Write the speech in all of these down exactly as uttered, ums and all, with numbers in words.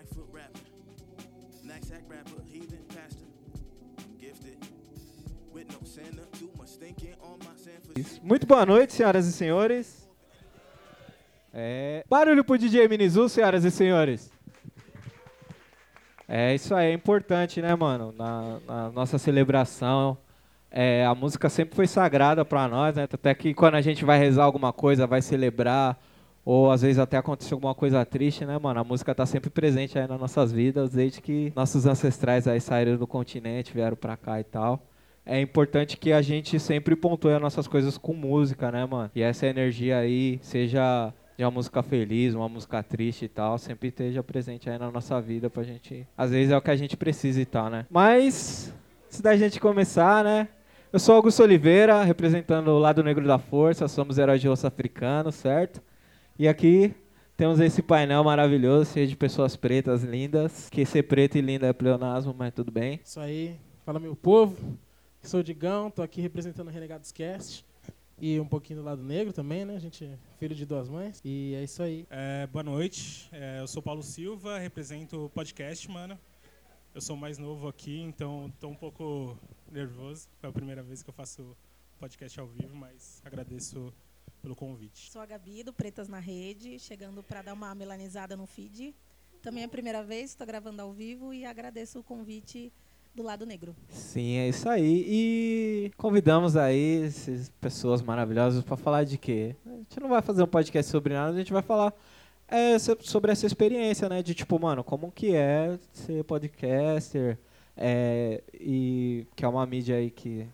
Blackfoot rapper, knapsack rapper, heathen pastor. I'm gifted with no sinner, too much thinking on my sin for. Muito boa noite, senhoras e senhores. É... Barulho pro D J Minizu, senhoras e senhores. É, isso aí é importante, né, mano? Na, na nossa celebração, é, a música sempre foi sagrada pra nós, né? Até que quando a gente vai rezar alguma coisa, vai celebrar, ou às vezes até aconteceu alguma coisa triste, né, mano? A música tá sempre presente aí nas nossas vidas, desde que nossos ancestrais aí saíram do continente, vieram pra cá e tal. É importante que a gente sempre pontue as nossas coisas com música, né, mano? E essa energia aí, seja de uma música feliz, uma música triste e tal, sempre esteja presente aí na nossa vida pra gente... Às vezes é o que a gente precisa e tal, né? Mas, antes da gente começar, né? Eu sou Augusto Oliveira, representando o Lado Negro da Força, somos heróis de osso africano, certo? E aqui temos esse painel maravilhoso, cheio de pessoas pretas lindas. Que ser preto e linda é pleonasmo, mas tudo bem. Isso aí. Fala, meu povo. Sou o Digão, tô aqui representando o Renegados Cast. E um pouquinho do Lado Negro também, né? A gente é filho de duas mães. E é isso aí. É, boa noite. É, eu sou Paulo Silva, represento o podcast, mano. Eu sou mais novo aqui, então tô um pouco nervoso. Foi a primeira vez que eu faço podcast ao vivo, mas agradeço pelo convite. Sou a Gabi, do Pretas na Rede, chegando para dar uma melanizada no feed. Também é a primeira vez, estou gravando ao vivo e agradeço o convite do Lado Negro. Sim, é isso aí. E convidamos aí essas pessoas maravilhosas para falar de quê? A gente não vai fazer um podcast sobre nada, a gente vai falar é, sobre essa experiência, né? De tipo, mano, como que é ser podcaster, é, e que é uma mídia aí que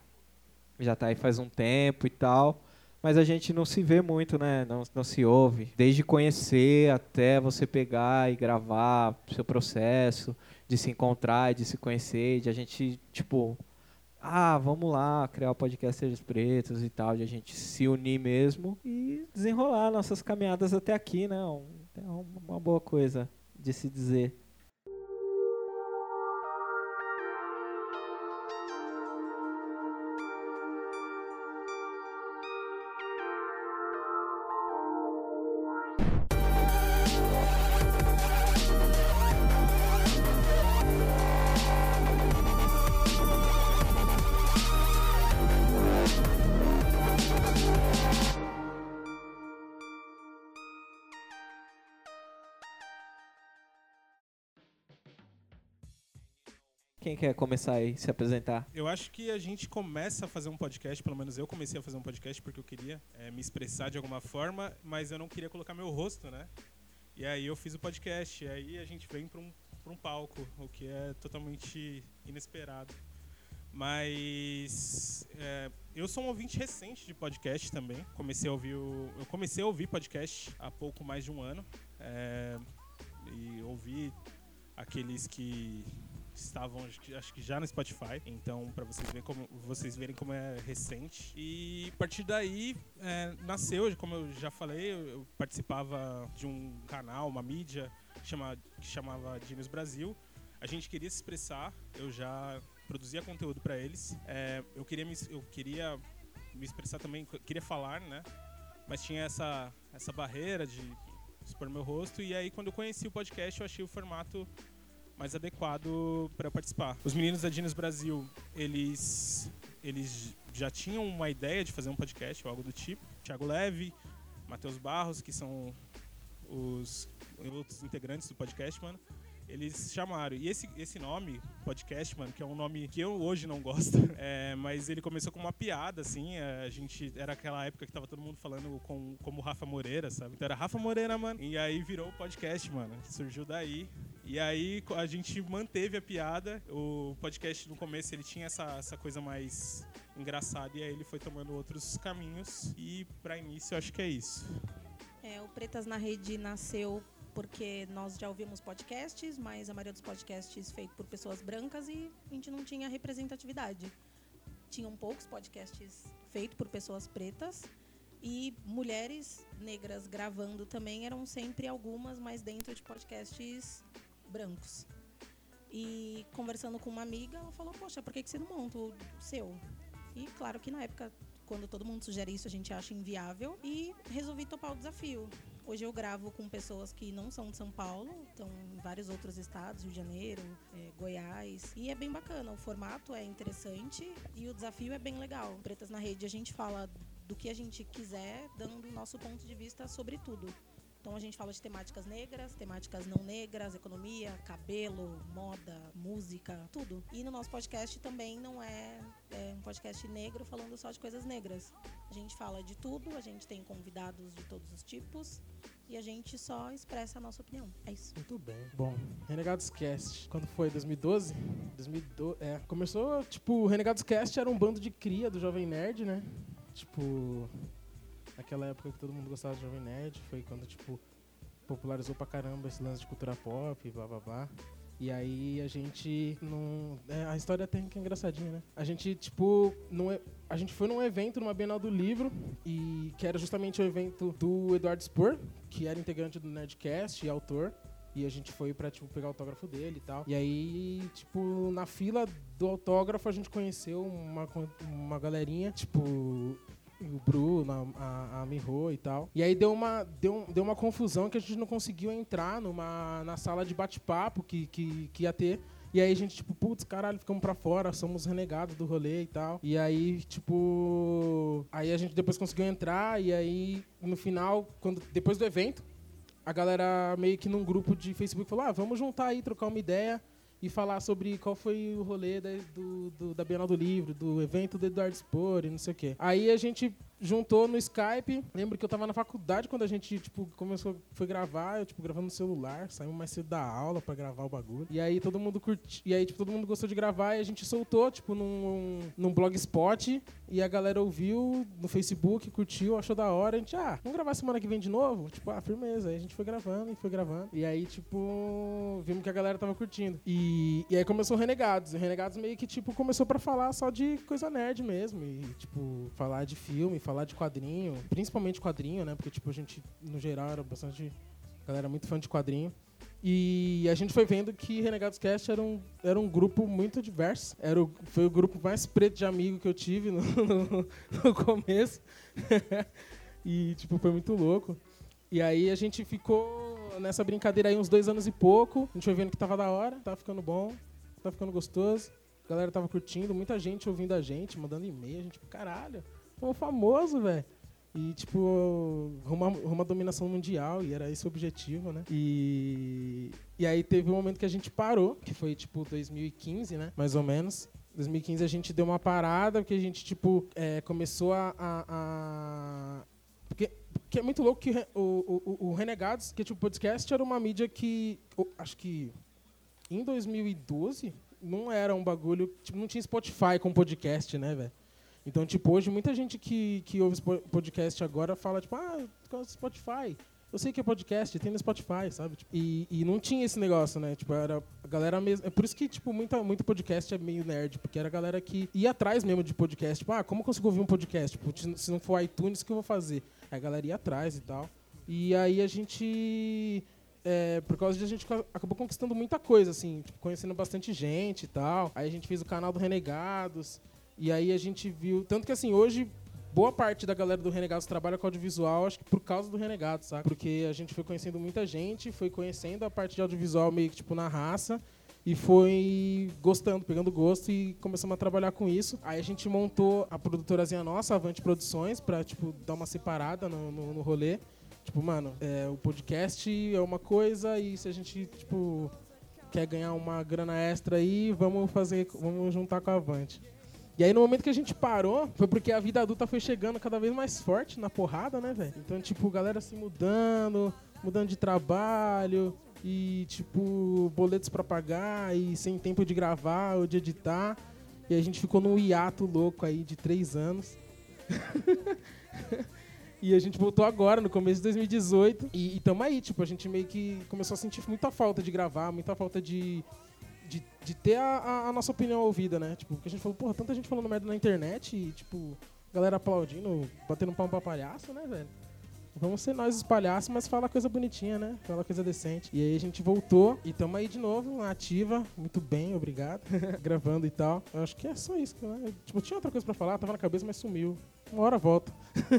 já tá aí faz um tempo e tal. Mas a gente não se vê muito, né? Não, não se ouve. Desde conhecer até você pegar e gravar o seu processo, de se encontrar, de se conhecer, de a gente, tipo, ah, vamos lá, criar o Podcasters Pretos e tal, de a gente se unir mesmo e desenrolar nossas caminhadas até aqui, né? Um, é uma boa coisa de se dizer. Quem quer começar aí, se apresentar? Eu acho que a gente começa a fazer um podcast, pelo menos eu comecei a fazer um podcast porque eu queria é, me expressar de alguma forma, mas eu não queria colocar meu rosto, né? E aí eu fiz o podcast, e aí a gente vem para um, pra um palco, o que é totalmente inesperado. Mas é, eu sou um ouvinte recente de podcast também. Comecei a ouvir o, eu comecei a ouvir podcast há pouco mais de um ano. É, e ouvi aqueles que estavam, acho que já no Spotify, então para vocês verem como vocês verem como é recente. E a partir daí é, nasceu, como eu já falei, eu, eu participava de um canal, uma mídia chama, que chamava Genius Brasil. A gente queria se expressar, eu já produzia conteúdo para eles. É, eu queria me, eu queria me expressar também, queria falar, né? Mas tinha essa essa barreira de expor meu rosto. E aí quando eu conheci o podcast, eu achei o formato mais adequado para participar. Os meninos da Genius Brasil, eles, eles já tinham uma ideia de fazer um podcast ou algo do tipo. Thiago Leve, Matheus Barros, que são os outros integrantes do podcast, mano, eles chamaram. E esse, esse nome, podcast, mano, que é um nome que eu hoje não gosto, é, mas ele começou com uma piada, assim, a gente, era aquela época que tava todo mundo falando com, como Rafa Moreira, sabe? Então era Rafa Moreira, mano, e aí virou o podcast, mano, surgiu daí. E aí a gente manteve a piada. O podcast no começo ele tinha essa, essa coisa mais engraçada e aí ele foi tomando outros caminhos. E para início eu acho que é isso. É, o Pretas na Rede nasceu porque nós já ouvimos podcasts, mas a maioria dos podcasts feitos por pessoas brancas e a gente não tinha representatividade. Tinham poucos podcasts feitos por pessoas pretas e mulheres negras gravando também eram sempre algumas, mas dentro de podcasts brancos. E conversando com uma amiga, ela falou, poxa, por que que você não monta o seu? E claro que na época, quando todo mundo sugere isso, a gente acha inviável. E resolvi topar o desafio. Hoje eu gravo com pessoas que não são de São Paulo, estão em vários outros estados, Rio de Janeiro, é, Goiás. E é bem bacana, o formato é interessante e o desafio é bem legal. Pretas na Rede, a gente fala do que a gente quiser, dando o nosso ponto de vista sobre tudo. Então a gente fala de temáticas negras, temáticas não negras, economia, cabelo, moda, música, tudo. E no nosso podcast também não é, é um podcast negro falando só de coisas negras. A gente fala de tudo, a gente tem convidados de todos os tipos e a gente só expressa a nossa opinião. É isso. Muito bem. Bom, Renegados Cast, quando foi? dois mil e doze? dois mil e doze, é. Começou, tipo, o Renegados Cast era um bando de cria do Jovem Nerd, né? Tipo... Naquela época que todo mundo gostava de Jovem Nerd, foi quando, tipo, popularizou pra caramba esse lance de cultura pop, blá, blá, blá. E aí a gente não... É, a história até que é engraçadinha, né? A gente, tipo, não é, a gente foi num evento, numa Bienal do Livro, e que era justamente o evento do Eduardo Spor, que era integrante do Nerdcast e autor. E a gente foi pra, tipo, pegar o autógrafo dele e tal. E aí, tipo, na fila do autógrafo a gente conheceu uma, uma galerinha, tipo... o Bruno, a, a Miho e tal. E aí deu uma, deu, deu uma confusão que a gente não conseguiu entrar numa, na sala de bate-papo que, que, que ia ter. E aí a gente, tipo, putz, caralho, ficamos pra fora, somos renegados do rolê e tal. E aí, tipo... Aí a gente depois conseguiu entrar e aí, no final, quando, depois do evento, a galera meio que num grupo de Facebook falou, ah, vamos juntar aí, trocar uma ideia e falar sobre qual foi o rolê da, do, do, da Bienal do Livro, do evento do Eduardo Spor e não sei o quê. Aí a gente juntou no Skype. Lembro que eu tava na faculdade quando a gente, tipo, começou, foi gravar, eu, tipo, gravando no celular, saímos mais cedo da aula pra gravar o bagulho. E aí todo mundo curtiu, e aí, tipo, todo mundo gostou de gravar e a gente soltou, tipo, num, num blogspot e a galera ouviu no Facebook, curtiu, achou da hora. A gente, ah, vamos gravar semana que vem de novo? Tipo, ah, firmeza. Aí a gente foi gravando e foi gravando. E aí, tipo, vimos que a galera tava curtindo. E E, e aí começou o Renegados. O Renegados meio que, tipo, começou pra falar só de coisa nerd mesmo. E, tipo, falar de filme, falar de quadrinho. Principalmente quadrinho, né? Porque, tipo, a gente, no geral, era bastante... A galera muito fã de quadrinho. E a gente foi vendo que Renegados Cast era um, era um grupo muito diverso. Era o, foi o grupo mais preto de amigo que eu tive no, no, no começo. E, tipo, foi muito louco. E aí a gente ficou nessa brincadeira aí uns dois anos e pouco. A gente foi vendo que tava da hora, tava ficando bom, tava ficando gostoso. A galera tava curtindo, muita gente ouvindo a gente, mandando e-mail. A gente, tipo, caralho, pô, famoso, velho. E, tipo, rumo a dominação mundial, e era esse o objetivo, né? E, e aí teve um momento que a gente parou, que foi, tipo, dois mil e quinze, né? Mais ou menos. dois mil e quinze a gente deu uma parada, porque a gente, tipo, é, começou a... a, a porque, porque é muito louco que o, o, o Renegados, que tipo, o podcast era uma mídia que, eu, acho que em dois mil e doze, não era um bagulho, tipo, não tinha Spotify com podcast, né, velho? Então, tipo, hoje muita gente que, que ouve podcast agora fala, tipo, ah, Spotify. Eu sei que é podcast, tem no Spotify, sabe? Tipo, e, e não tinha esse negócio, né? Tipo, era a galera mesmo... É por isso que, tipo, muita, muito podcast é meio nerd, porque era a galera que ia atrás mesmo de podcast. Tipo, ah, como eu consigo ouvir um podcast? Tipo, se não for iTunes, o que eu vou fazer? Aí a galera ia atrás e tal. E aí a gente... É, por causa disso, a gente acabou conquistando muita coisa, assim. Tipo, conhecendo bastante gente e tal. Aí a gente fez o canal do Renegados. E aí a gente viu... Tanto que, assim, hoje... Boa parte da galera do Renegados trabalha com audiovisual, acho que por causa do Renegados, sabe? Porque a gente foi conhecendo muita gente, foi conhecendo a parte de audiovisual meio que tipo na raça e foi gostando, pegando gosto e começamos a trabalhar com isso. Aí a gente montou a produtorazinha nossa, a Avante Produções, pra tipo dar uma separada no, no, no rolê. Tipo, mano, é, o podcast é uma coisa e se a gente tipo quer ganhar uma grana extra aí, vamos fazer, vamos juntar com a Avante. E aí, no momento que a gente parou, foi porque a vida adulta foi chegando cada vez mais forte na porrada, né, velho? Então, tipo, galera se mudando, mudando de trabalho, e, tipo, boletos pra pagar, e sem tempo de gravar ou de editar. E a gente ficou num hiato louco aí de três anos. E a gente voltou agora, no começo de dois mil e dezoito. E, e tamo aí, tipo, a gente meio que começou a sentir muita falta de gravar, muita falta de... De, de ter a, a nossa opinião ouvida, né? Tipo, porque a gente falou, porra, tanta gente falando merda na internet e, tipo, galera aplaudindo, batendo palma pra palhaço, né, velho? vamos ser nós os palhaços, mas fala coisa bonitinha, né? Fala coisa decente. E aí a gente voltou e tamo aí de novo, ativa, muito bem, obrigado, gravando e tal. Eu acho que é só isso, né? Tipo, tinha outra coisa pra falar, tava na cabeça, mas sumiu. Uma hora volta.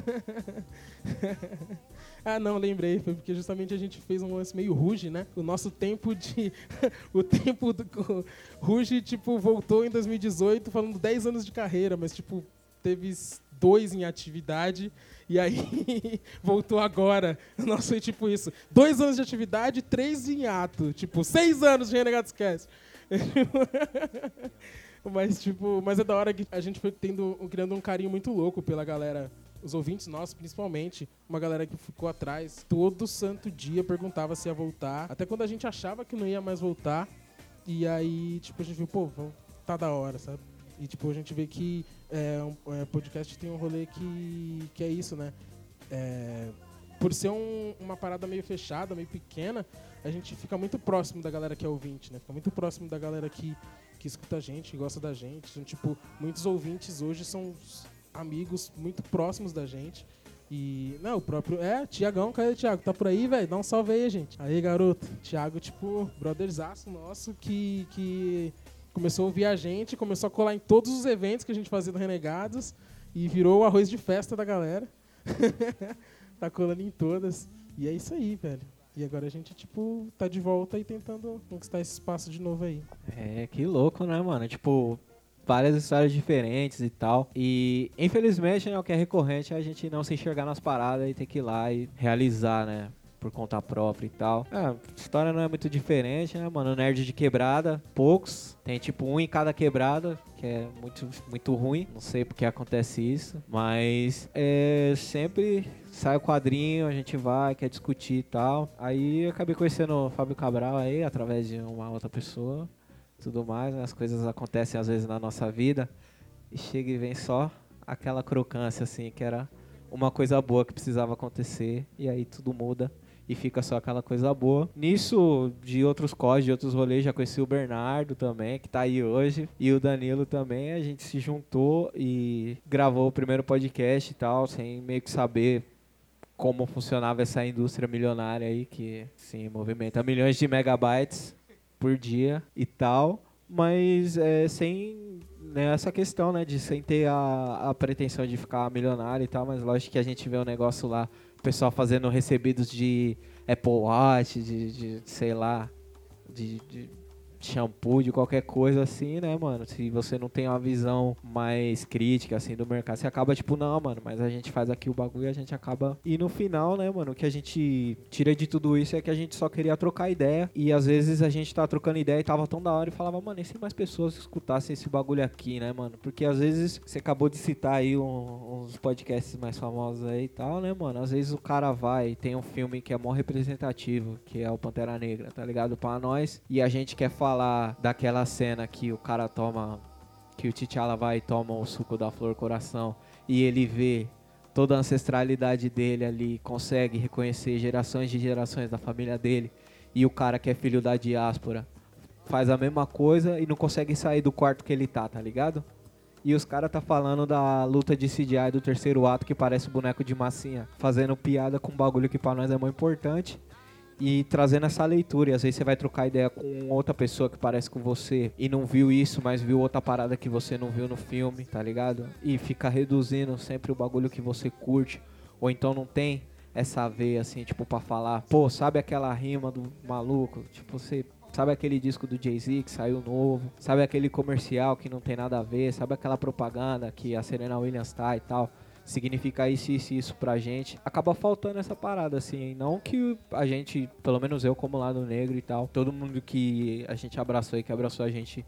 Ah, não, lembrei. Foi porque justamente a gente fez um lance meio Ruge, né? O nosso tempo de... o tempo do Ruge, tipo, voltou em dois mil e dezoito falando dez anos de carreira, mas, tipo, teve dois em atividade e aí voltou agora. Nossa, foi tipo isso. Dois anos de atividade, três em ato. Tipo, seis anos de Renegados Cast. Mas, tipo, mas é da hora que a gente foi tendo, criando um carinho muito louco pela galera, os ouvintes nossos, principalmente, uma galera que ficou atrás, todo santo dia perguntava se ia voltar, até quando a gente achava que não ia mais voltar, e aí, tipo, a gente viu, pô, tá da hora, sabe? E, tipo, a gente vê que é, um é, podcast tem um rolê que, que é isso, né? É, por ser um, uma parada meio fechada, meio pequena, a gente fica muito próximo da galera que é ouvinte, né? Fica muito próximo da galera que que escuta a gente, que gosta da gente. Então, tipo, muitos ouvintes hoje são amigos muito próximos da gente. E, não, o próprio... É, Tiagão, cadê o Thiago? Tá por aí, velho? Dá um salve aí, gente. Aí, garoto. Thiago, tipo, brotherzaço nosso que, que começou a ouvir a gente, começou a colar em todos os eventos que a gente fazia no Renegados e virou o arroz de festa da galera. Tá colando em todas. E é isso aí, velho. E agora a gente, tipo, tá de volta e tentando conquistar esse espaço de novo aí. É, que louco, né, mano? Tipo, várias histórias diferentes e tal. E, infelizmente, né, o que é recorrente é a gente não se enxergar nas paradas e ter que ir lá e realizar, né? Por conta própria e tal. É, a história não é muito diferente, né, mano? Nerd de quebrada, poucos. Tem tipo um em cada quebrada, que é muito, muito ruim. Não sei porque acontece isso. Mas é, sempre sai o quadrinho, a gente vai, quer discutir e tal. Aí eu acabei conhecendo o Fábio Cabral aí, através de uma outra pessoa. Tudo mais, né? As coisas acontecem às vezes na nossa vida. E chega e vem só aquela crocância, assim, que era uma coisa boa que precisava acontecer. E aí tudo muda. E fica só aquela coisa boa. Nisso, de outros códigos, de outros rolês, já conheci o Bernardo também, que tá aí hoje. E o Danilo também. A gente se juntou e gravou o primeiro podcast e tal, sem meio que saber como funcionava essa indústria milionária aí, que, sim, movimenta milhões de megabytes por dia e tal. Mas é, sem né, essa questão, né, de sem ter a, a pretensão de ficar milionário e tal. Mas lógico que a gente vê um negócio lá, o pessoal fazendo recebidos de Apple Watch, de, de sei lá, de, de shampoo, de qualquer coisa assim, né, mano? Se você não tem uma visão mais crítica, assim, do mercado, você acaba, tipo, não, mano, mas a gente faz aqui o bagulho e a gente acaba... E no final, né, mano, o que a gente tira de tudo isso é que a gente só queria trocar ideia e às vezes a gente tá trocando ideia e tava tão da hora e falava, mano, e se mais pessoas escutassem esse bagulho aqui, né, mano? Porque às vezes, você acabou de citar aí um, uns podcasts mais famosos aí e tal, né, mano? Às vezes o cara vai e tem um filme que é mó representativo, que é o Pantera Negra, tá ligado? Pra nós, e a gente quer falar falar daquela cena que o cara toma, que o T'Challa vai e toma o suco da flor coração e ele vê toda a ancestralidade dele ali, consegue reconhecer gerações de gerações da família dele, e o cara que é filho da diáspora faz a mesma coisa e não consegue sair do quarto que ele tá, tá ligado? E os caras tá falando da luta de C G I do terceiro ato que parece um boneco de massinha, fazendo piada com um bagulho que pra nós é muito importante. E trazendo essa leitura, e às vezes você vai trocar ideia com outra pessoa que parece com você e não viu isso, mas viu outra parada que você não viu no filme, tá ligado? E fica reduzindo sempre o bagulho que você curte, ou então não tem essa veia assim, tipo, pra falar, pô, sabe aquela rima do maluco? Tipo, você sabe aquele disco do Jay-Z que saiu novo, sabe aquele comercial que não tem nada a ver, sabe aquela propaganda que a Serena Williams tá e tal? Significa isso e isso, isso pra gente. Acaba faltando essa parada, assim. Não que a gente, pelo menos eu como Lado Negro e tal, todo mundo que a gente abraçou e que abraçou a gente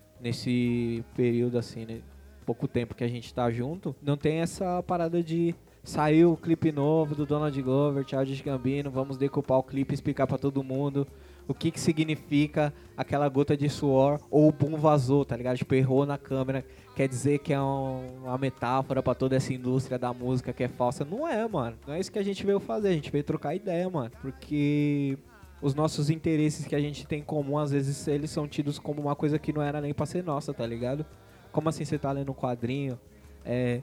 nesse período, assim, né, pouco tempo que a gente tá junto, não tem essa parada de saiu o clipe novo do Donald Glover, Childish Gambino, vamos decupar o clipe e explicar pra todo mundo o que que significa aquela gota de suor, ou o boom vazou, tá ligado? Tipo, errou na câmera, quer dizer que é um, uma metáfora pra toda essa indústria da música que é falsa. Não é, mano. Não é isso que a gente veio fazer, a gente veio trocar ideia, mano. Porque os nossos interesses que a gente tem em comum, às vezes, eles são tidos como uma coisa que não era nem pra ser nossa, tá ligado? Como assim você tá lendo um quadrinho, é...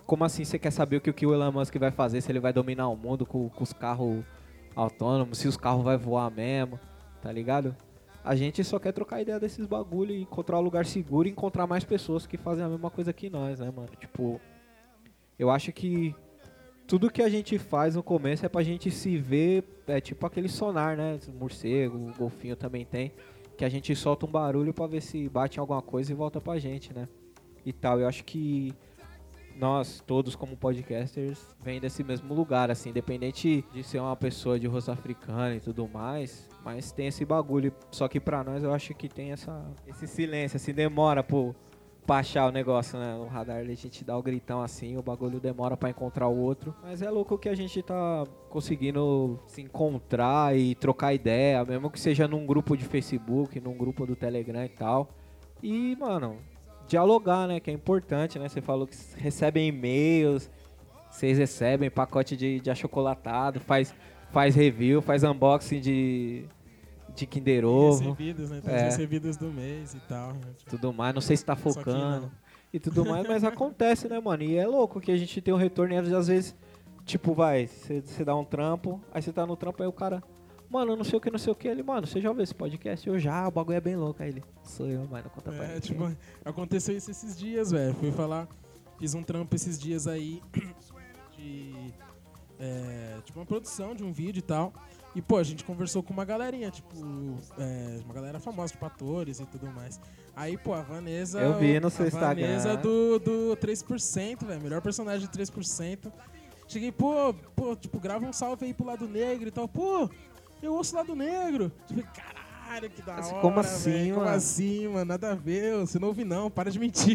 como assim você quer saber o que, o que o Elon Musk vai fazer, se ele vai dominar o mundo com, com os carros autônomos, se os carros vai voar mesmo, tá ligado? A gente só quer trocar ideia desses bagulho e encontrar um lugar seguro e encontrar mais pessoas que fazem a mesma coisa que nós, né, mano? Tipo, eu acho que tudo que a gente faz no começo é pra gente se ver, é tipo aquele sonar, né? O morcego, o golfinho também tem, que a gente solta um barulho pra ver se bate em alguma coisa e volta pra gente, né? E tal, eu acho que nós, todos como podcasters, vêm desse mesmo lugar, assim, independente de ser uma pessoa de rosto africano e tudo mais, mas tem esse bagulho, só que pra nós eu acho que tem essa, esse silêncio, assim, demora pro, pra achar o negócio, né, no radar, a gente dá o gritão assim, o bagulho demora pra encontrar o outro, mas é louco que a gente tá conseguindo se encontrar e trocar ideia, mesmo que seja num grupo de Facebook, num grupo do Telegram e tal, e, mano, dialogar, né, que é importante, né, você falou que recebem e-mails, vocês recebem pacote de, de achocolatado, faz, faz review, faz unboxing de, de Kinder Ovo. Recebidos, né, tem é. os recebidos do mês e tal. Né, tipo, tudo mais, não sei se tá só que focando não. e tudo mais, mas acontece, né, mano, e é louco que a gente tem um retorno e às vezes, tipo, vai, você dá um trampo, aí você tá no trampo, aí o cara... Mano, não sei o que, não sei o que. Ele, mano, você já ouviu esse podcast? Eu já, o bagulho é bem louco. Aí ele, sou eu, mano, conta pra É, ele. tipo, aconteceu isso esses dias, velho. Fui falar, fiz um trampo esses dias aí de, é, tipo, uma produção de um vídeo e tal. E, pô, a gente conversou com uma galerinha, tipo, é, uma galera famosa, tipo, atores e tudo mais. Aí, pô, a Vanessa... Eu vi no seu a Instagram. Vanessa do, do três por cento, velho, melhor personagem de três por cento. Cheguei, pô, pô, tipo, grava um salve aí pro Lado Negro e tal. Pô... Eu ouço Lado Negro. Tipo, caralho, que da Mas hora, como assim, véio. Como mano? assim, mano? Nada a ver. Você não ouve não, para de mentir.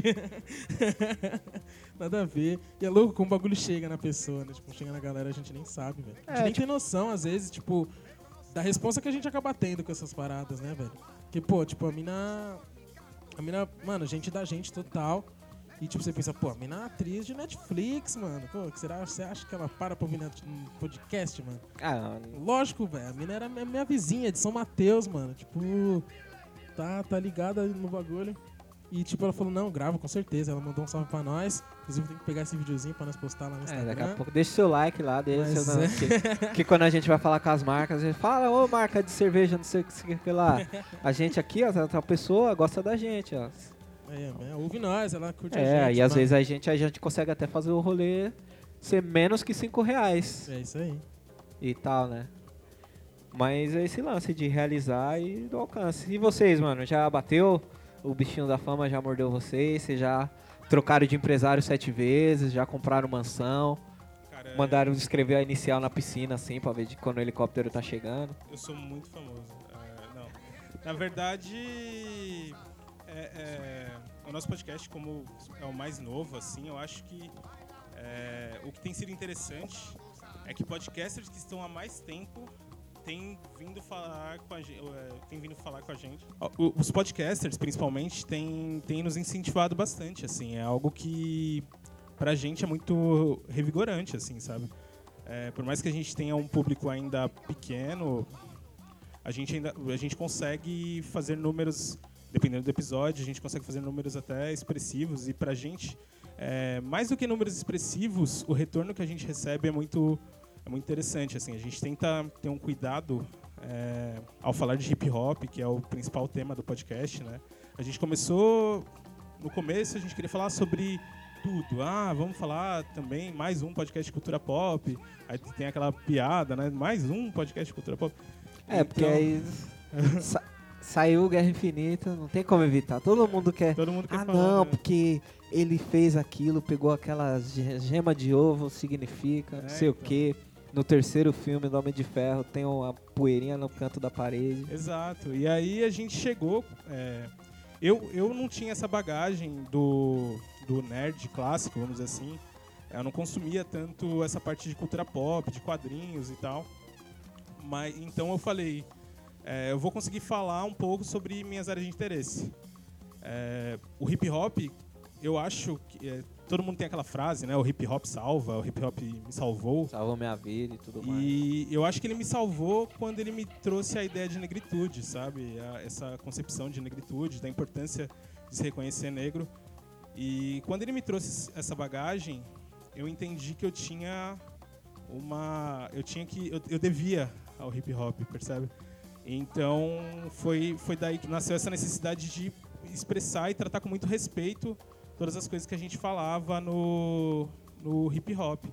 Nada a ver. E é louco como o bagulho chega na pessoa, né? Tipo, chega na galera, a gente nem sabe, velho. A gente É, nem tipo- tem noção, às vezes, tipo, da resposta que a gente acaba tendo com essas paradas, né, velho? Porque, pô, tipo, a mina... A mina, mano, gente da gente total. E, tipo, você pensa, pô, a mina é atriz de Netflix, mano. Pô, que será? Você acha que ela para pra ouvir no podcast, mano? Ah, Lógico, velho. A mina era minha, minha vizinha de São Mateus, mano. Tipo, tá, tá ligada no bagulho. E, tipo, ela falou, não, grava, com certeza. Ela mandou um salve pra nós. Inclusive, tem que pegar esse videozinho pra nós postar lá no é, Instagram. daqui a pouco deixa o seu like lá, deixa Mas seu é. que, que quando a gente vai falar com as marcas, a gente fala, ô marca de cerveja, não sei o que, sei o que lá. A gente aqui, ó, a pessoa gosta da gente, ó. É, é, ouve nós, ela curte a É, gente. e às pá. vezes a gente, a gente consegue até fazer o rolê ser menos que cinco reais É isso aí. e tal, né? Mas é esse lance de realizar e do alcance. E vocês, mano, já bateu? O bichinho da fama já mordeu vocês? Vocês já trocaram de empresário sete vezes? Já compraram mansão? Cara, é- Mandaram escrever a inicial na piscina, assim, pra ver de quando o helicóptero tá chegando? Eu sou muito famoso. É, não. Na verdade, é, é, o nosso podcast, como é o mais novo, assim, eu acho que é, o que tem sido interessante é que podcasters que estão há mais tempo têm vindo falar com a gente. Tem vindo falar com a gente. O- Os podcasters, principalmente, têm, têm nos incentivado bastante, assim. É algo que pra gente é muito revigorante, assim, sabe? É, por mais que a gente tenha um público ainda pequeno, a gente ainda a gente consegue fazer números, dependendo do episódio, a gente consegue fazer números até expressivos. E pra gente, é, mais do que números expressivos, o retorno que a gente recebe é muito, é muito interessante. Assim, a gente tenta ter um cuidado é, ao falar de hip hop, que é o principal tema do podcast, né? A gente começou, no começo a gente queria falar sobre tudo. Ah, vamos falar também mais um podcast de cultura pop. Aí tem aquela piada, né? Mais um podcast de cultura pop. É, porque Então, aí sa- saiu Guerra Infinita, não tem como evitar. Todo mundo quer. todo mundo quer Ah, falar, não, né? porque ele fez aquilo, pegou aquela ge- gema de ovo, significa, não É, sei o então. quê. No terceiro filme do Homem de Ferro tem uma poeirinha no canto da parede. Exato. E aí a gente chegou. é, eu, eu não tinha essa bagagem do, do nerd clássico, vamos dizer assim. Eu não consumia tanto essa parte de cultura pop, de quadrinhos e tal. Mas, então eu falei, é, eu vou conseguir falar um pouco sobre minhas áreas de interesse. É, o hip hop, eu acho que. é, todo mundo tem aquela frase, né? O hip hop salva, o hip hop me salvou. Salvou minha vida e tudo mais. E eu acho que ele me salvou quando ele me trouxe a ideia de negritude, sabe? A- essa concepção de negritude, da importância de se reconhecer negro. E quando ele me trouxe essa bagagem, eu entendi que eu tinha uma... Eu tinha que... Eu, eu devia ao hip hop, percebe? Então, foi, foi daí que nasceu essa necessidade de expressar e tratar com muito respeito todas as coisas que a gente falava no, no hip hop.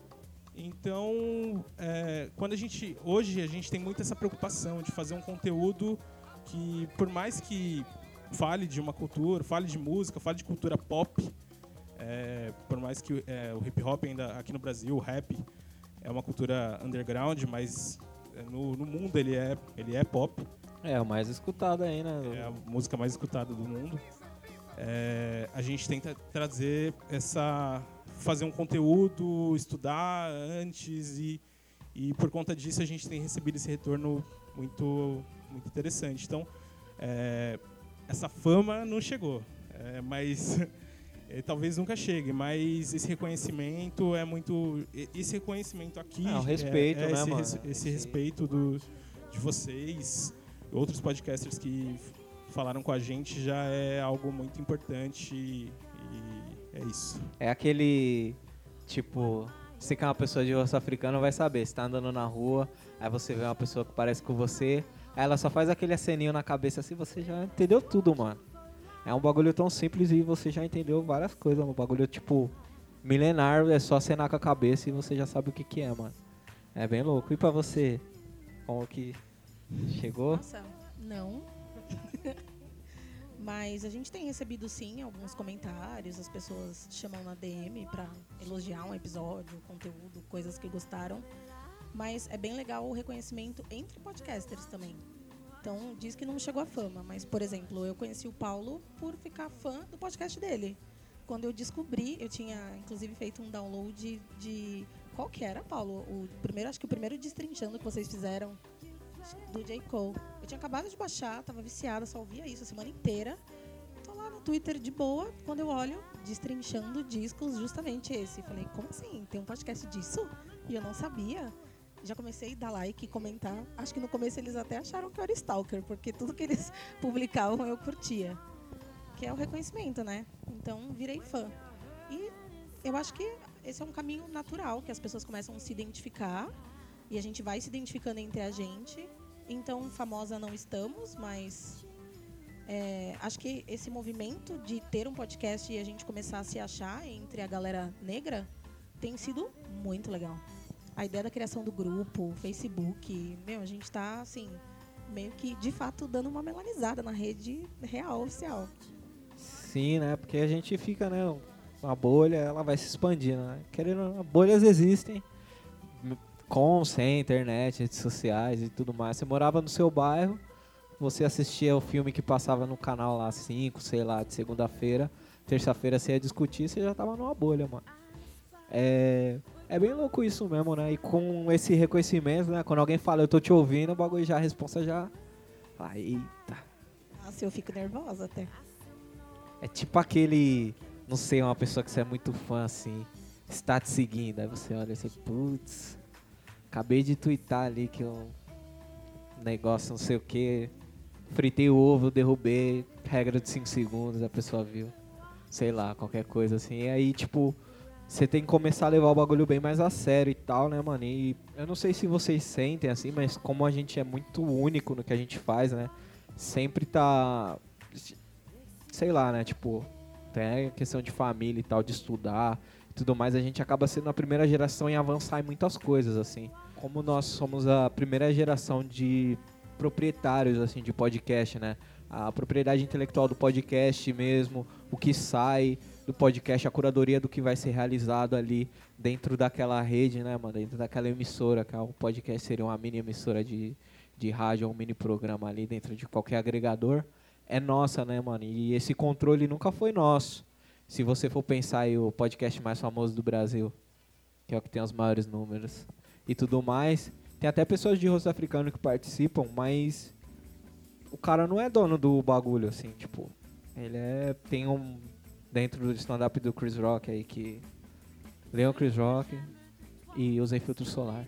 Então, é, quando a gente... Hoje, a gente tem muito essa preocupação de fazer um conteúdo que, por mais que fale de uma cultura, fale de música, fale de cultura pop, é, por mais que é, o hip hop ainda, aqui no Brasil, o rap, é uma cultura underground, mas no, no mundo ele é, ele é pop. É, o mais escutado aí, né? É a música mais escutada do mundo. É, a gente tenta trazer essa... fazer um conteúdo, estudar antes e, e por conta disso a gente tem recebido esse retorno muito, muito interessante. Então, é, essa fama não chegou, é, mas é, talvez nunca chegue, mas esse reconhecimento é muito... Esse reconhecimento aqui... É um respeito, é, é né, esse, mano? esse respeito do, de vocês, outros podcasters que falaram com a gente, já é algo muito importante e, e é isso. É aquele, tipo, você que é uma pessoa de rosto africano vai saber, você tá andando na rua, aí você vê uma pessoa que parece com você, aí ela só faz aquele aceninho na cabeça assim, você já entendeu tudo, mano. É um bagulho tão simples e você já entendeu várias coisas, um bagulho, tipo, milenar, é só acenar com a cabeça e você já sabe o que que é, mano. É bem louco. E pra você, como que chegou? Nossa, não. Mas a gente tem recebido, sim, alguns comentários. As pessoas chamam na D M para elogiar um episódio, conteúdo, coisas que gostaram. Mas é bem legal o reconhecimento entre podcasters também. Então, diz que não chegou à fama. Mas, por exemplo, eu conheci o Paulo por ficar fã do podcast dele. Quando eu descobri, eu tinha, inclusive, feito um download de... Qual que era, Paulo? O primeiro, acho que o primeiro Destrinchando que vocês fizeram, do J. Cole. Eu tinha acabado de baixar, tava viciada, só ouvia isso a semana inteira. Tô lá no Twitter de boa, quando eu olho, Destrinchando Discos, justamente esse. Falei, como assim? Tem um podcast disso? E eu não sabia. Já comecei a dar like e comentar. Acho que no começo eles até acharam que eu era stalker, porque tudo que eles publicavam eu curtia. Que é o reconhecimento, né? Então, virei fã. E eu acho que esse é um caminho natural, que as pessoas começam a se identificar e a gente vai se identificando entre a gente. Então, famosa não estamos, mas é, acho que esse movimento de ter um podcast e a gente começar a se achar entre a galera negra tem sido muito legal. A ideia da criação do grupo, Facebook, meu, a gente está assim, meio que, de fato, dando uma melanizada na rede real, oficial. Sim, né? Porque a gente fica, né? A bolha, ela vai se expandindo, né? Querendo, bolhas existem, com, sem internet, redes sociais e tudo mais. Você morava no seu bairro, você assistia o filme que passava no canal lá cinco, sei lá, de segunda-feira, terça-feira você ia discutir, você já tava numa bolha, mano. É, é bem louco isso mesmo, né? E com esse reconhecimento, né? Quando alguém fala, eu tô te ouvindo, o bagulho já, a resposta já... Ah, eita. Nossa, eu fico nervosa até. É tipo aquele... Não sei, uma pessoa que você é muito fã, assim, está te seguindo, aí você olha assim, putz, acabei de twittar ali que um negócio não sei o que, fritei o ovo, derrubei, regra de cinco segundos, a pessoa viu, sei lá, qualquer coisa assim, e aí, tipo, você tem que começar a levar o bagulho bem mais a sério e tal, né, mano, e eu não sei se vocês sentem assim, mas como a gente é muito único no que a gente faz, né, sempre tá, sei lá, né, tipo... Tem a questão de família e tal, de estudar e tudo mais, a gente acaba sendo a primeira geração em avançar em muitas coisas, assim. Como nós somos a primeira geração de proprietários, assim, de podcast, né? A propriedade intelectual do podcast mesmo, o que sai do podcast, a curadoria do que vai ser realizado ali dentro daquela rede, né, mano? Dentro daquela emissora, que é um podcast seria uma mini emissora de, de rádio, um mini programa ali dentro de qualquer agregador. É nossa, né, mano? E esse controle nunca foi nosso. Se você for pensar aí, o podcast mais famoso do Brasil, que é o que tem os maiores números e tudo mais, tem até pessoas de rosto africano que participam, mas o cara não é dono do bagulho, assim, tipo, ele é, tem um, dentro do stand-up do Chris Rock aí, que leiam o Chris Rock e usem filtro solar.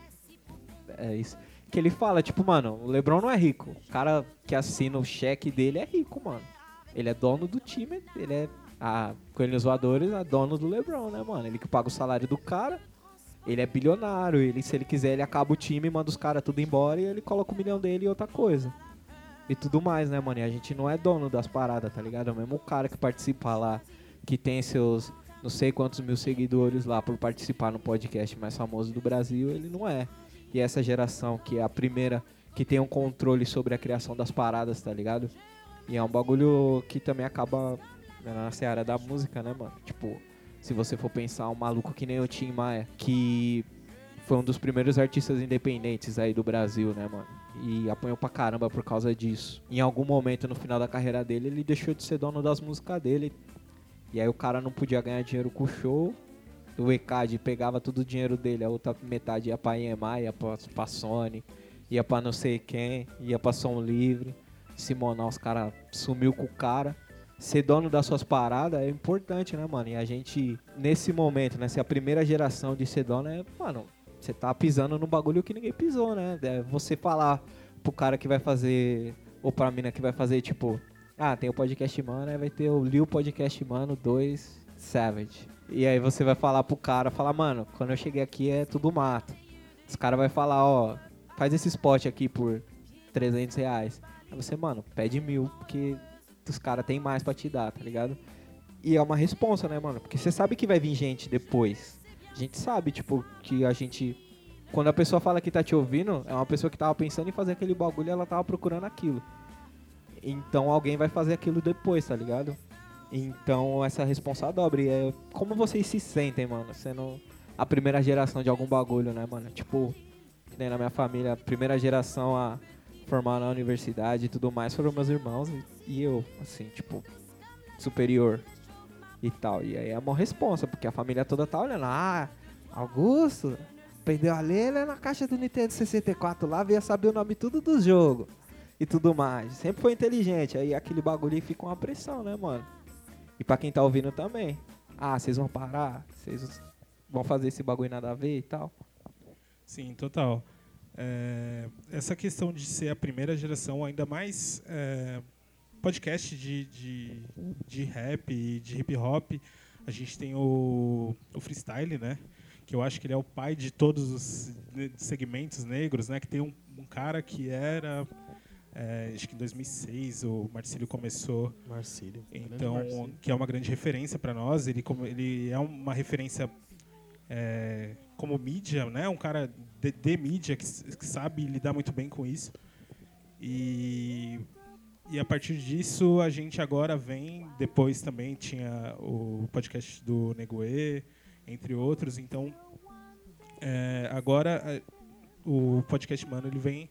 É isso. Que ele fala, tipo, mano, o LeBron não é rico. O cara que assina o cheque dele é rico, mano. Ele é dono do time, ele é A Coelhinhos Voadores é dono do LeBron, né, mano? Ele que paga o salário do cara, ele é bilionário, ele, se ele quiser ele acaba o time, manda os caras tudo embora e ele coloca o milhão dele em outra coisa. E tudo mais, né, mano? E a gente não é dono das paradas, tá ligado? É o mesmo cara que participa lá, que tem seus não sei quantos mil seguidores lá por participar no podcast mais famoso do Brasil, ele não é. E essa geração que é a primeira que tem um controle sobre a criação das paradas, tá ligado? E é um bagulho que também acaba na seara da música, né, mano? Tipo, se você for pensar um maluco que nem o Tim Maia, que foi um dos primeiros artistas independentes aí do Brasil, né, mano? E apanhou pra caramba por causa disso. Em algum momento no final da carreira dele, ele deixou de ser dono das músicas dele. E aí o cara não podia ganhar dinheiro com o show. O E C A D pegava todo o dinheiro dele, a outra metade ia pra I M A, ia pra, pra Sony, ia pra não sei quem, ia pra Som Livre. Simonal, os caras sumiu com o cara. Ser dono das suas paradas é importante, né, mano? E a gente, nesse momento, né, se a primeira geração de ser dono é, mano, você tá pisando no bagulho que ninguém pisou, né? É você falar pro cara que vai fazer, ou pra mina que vai fazer, tipo, ah, tem o Podcast Mano, aí vai ter o Lil Podcast Mano dois Savage. E aí você vai falar pro cara, falar, mano, quando eu cheguei aqui é tudo mato. Os caras vai falar, ó, faz esse spot aqui por trezentos reais. Aí você, mano, pede mil, porque os caras tem mais pra te dar, tá ligado? E é uma responsa, né, mano? Porque você sabe que vai vir gente depois. A gente sabe, tipo, que a gente... Quando a pessoa fala que tá te ouvindo, é uma pessoa que tava pensando em fazer aquele bagulho e ela tava procurando aquilo. Então alguém vai fazer aquilo depois, tá ligado? Então essa responsa dobra. E é como vocês se sentem, mano, sendo a primeira geração de algum bagulho, né, mano? Tipo, que nem na minha família, a primeira geração a formar na universidade e tudo mais foram meus irmãos e, e eu, assim, tipo, superior e tal. E aí é uma responsa, porque a família toda tá olhando. Ah, Augusto aprendeu a ler, né, na caixa do Nintendo sessenta e quatro lá, veio saber o nome tudo do jogo e tudo mais. Sempre foi inteligente. Aí aquele bagulho fica uma pressão, né, mano? E pra quem tá ouvindo também. Ah, vocês vão parar? Vocês vão fazer esse bagulho nada a ver e tal? Sim, total. É, essa questão de ser a primeira geração, ainda mais é, podcast de, de, de rap e de hip hop, a gente tem o, o freestyle, né? Que eu acho que ele é o pai de todos os segmentos negros, né? Que tem um, um cara que era... É, acho que em dois mil e seis o Marcílio começou. Marcílio. Então, Marcílio. que é uma grande referência para nós. Ele, como, ele é uma referência é, como mídia, né? Um cara de, de mídia que, que sabe lidar muito bem com isso. E, e a partir disso a gente agora vem. Depois também tinha o podcast do Neguê, entre outros. Então, é, agora o podcast Mano ele vem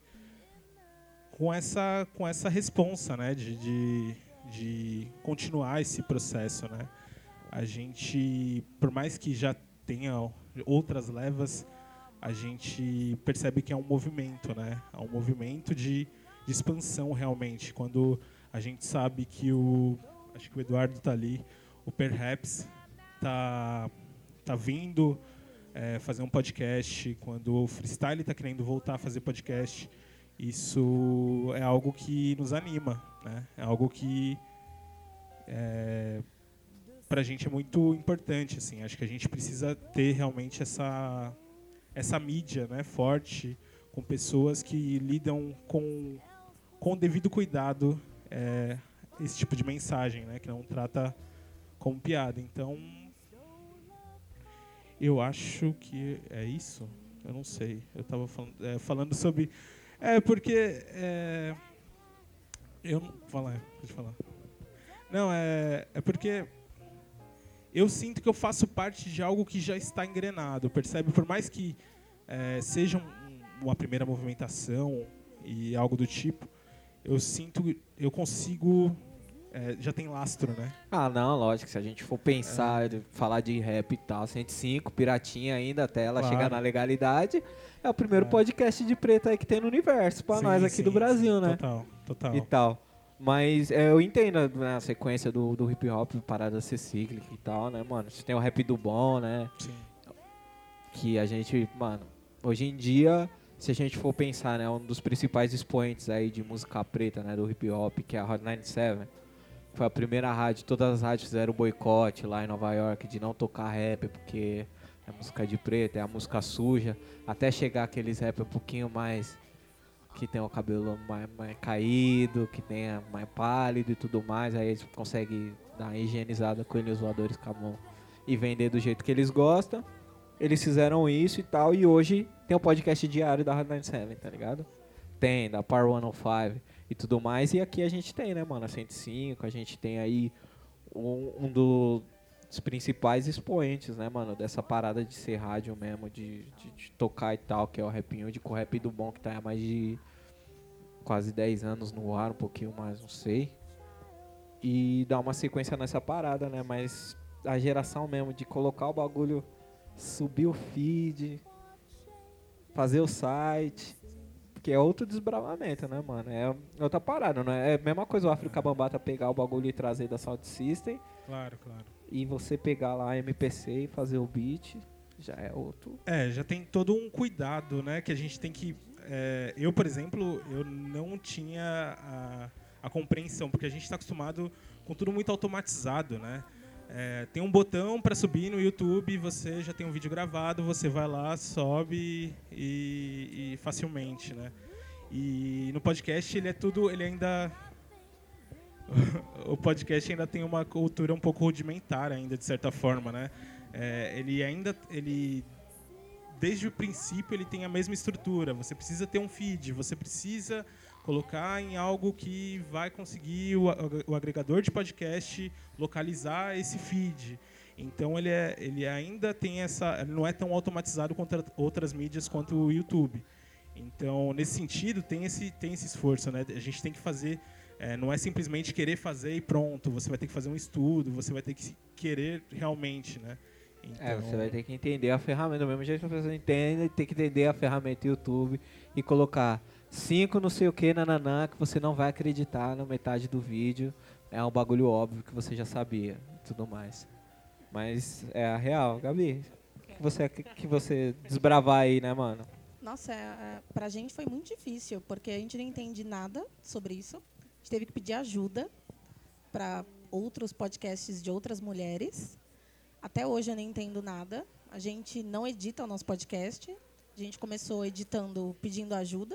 com essa, com essa responsa, né, de, de, de continuar esse processo, né? A gente, por mais que já tenha outras levas, a gente percebe que é um movimento, né? É um movimento de, de expansão, realmente. Quando a gente sabe que o... Acho que o Eduardo tá ali, o Perhaps tá, tá vindo é, fazer um podcast, quando o Freestyle tá querendo voltar a fazer podcast. Isso é algo que nos anima, né? É algo que é, pra gente é muito importante, assim. Acho que a gente precisa ter realmente essa, essa mídia, né, forte, com pessoas que lidam com, com o devido cuidado é, esse tipo de mensagem, né, que não trata como piada. Então, eu acho que é isso. Eu não sei. Eu estava falando, é, falando sobre... É, porque... É, eu não... Fala, pode falar. Não, é, é porque eu sinto que eu faço parte de algo que já está engrenado, percebe? Por mais que é, seja um, uma primeira movimentação e algo do tipo, eu sinto... Eu consigo... É, já tem lastro, né? Ah, não, lógico. Se a gente for pensar, é. falar de rap e tal, cento e cinco, Piratinha ainda, até ela claro. chegar na legalidade, é o primeiro é. podcast de preto aí que tem no universo, pra sim, nós aqui sim, do Brasil, sim, né? Total, total. E tal. Mas é, eu entendo, né, a sequência do, do hip hop, parada ser cíclica e tal, né, mano? Você tem o rap do bom, né? Sim. Que a gente, mano, hoje em dia, se a gente for pensar, né, um dos principais expoentes aí de música preta, né, do hip hop, que é a Hot noventa e sete, foi a primeira rádio, todas as rádios fizeram boicote lá em Nova York de não tocar rap, porque é música de preto, é a música suja, até chegar aqueles rap um pouquinho mais, que tem o cabelo mais, mais caído, que tenha mais pálido e tudo mais, aí eles conseguem dar uma higienizada com eles voadores com a mão e vender do jeito que eles gostam. Eles fizeram isso e tal, e hoje tem o podcast diário da Rádio noventa e sete, tá ligado? Tem, da Power cento e cinco e tudo mais, e aqui a gente tem, né, mano, a cento e cinco, a gente tem aí um, um dos principais expoentes, né, mano, dessa parada de ser rádio mesmo, de, de, de tocar e tal, que é o Rapinho, de com o Rap do Bom, que tá há mais de quase dez anos no ar, um pouquinho mais, não sei, e dar uma sequência nessa parada, né, mas a geração mesmo de colocar o bagulho, subir o feed, fazer o site, que é outro desbravamento, né, mano? É outra parada, não é? É a mesma coisa o África Bambata pegar o bagulho e trazer da Sound System. Claro, claro. E você pegar lá a M P C e fazer o beat, já é outro. É, já tem todo um cuidado, né? Que a gente tem que... É, eu, por exemplo, eu não tinha a, a compreensão, porque a gente está acostumado com tudo muito automatizado, né? É, tem um botão para subir no YouTube, você já tem um vídeo gravado, você vai lá, sobe e, e facilmente, né? E no podcast ele é tudo, ele ainda o podcast ainda tem uma cultura um pouco rudimentar ainda de certa forma, né? É, ele ainda ele desde o princípio ele tem a mesma estrutura. Você precisa ter um feed, você precisa colocar em algo que vai conseguir o, o agregador de podcast localizar esse feed. Então ele, é, ele ainda tem essa, ele não é tão automatizado quanto outras mídias quanto o YouTube. Então nesse sentido tem esse tem esse esforço, né? A gente tem que fazer, é, não é simplesmente querer fazer e pronto. Você vai ter que fazer um estudo, você vai ter que querer realmente, né? Então... É, você vai ter que entender a ferramenta, do mesmo jeito que a pessoa entende, tem que entender a ferramenta YouTube e colocar cinco não sei o que, nananã, que você não vai acreditar na metade do vídeo. É um bagulho óbvio que você já sabia e tudo mais. Mas é a real. Gabi, o que você, que você desbravar aí, né, mano? Nossa, é, é, pra gente foi muito difícil, porque a gente não entende nada sobre isso. A gente teve que pedir ajuda para outros podcasts de outras mulheres. Até hoje eu não entendo nada. A gente não edita o nosso podcast. A gente começou editando, pedindo ajuda.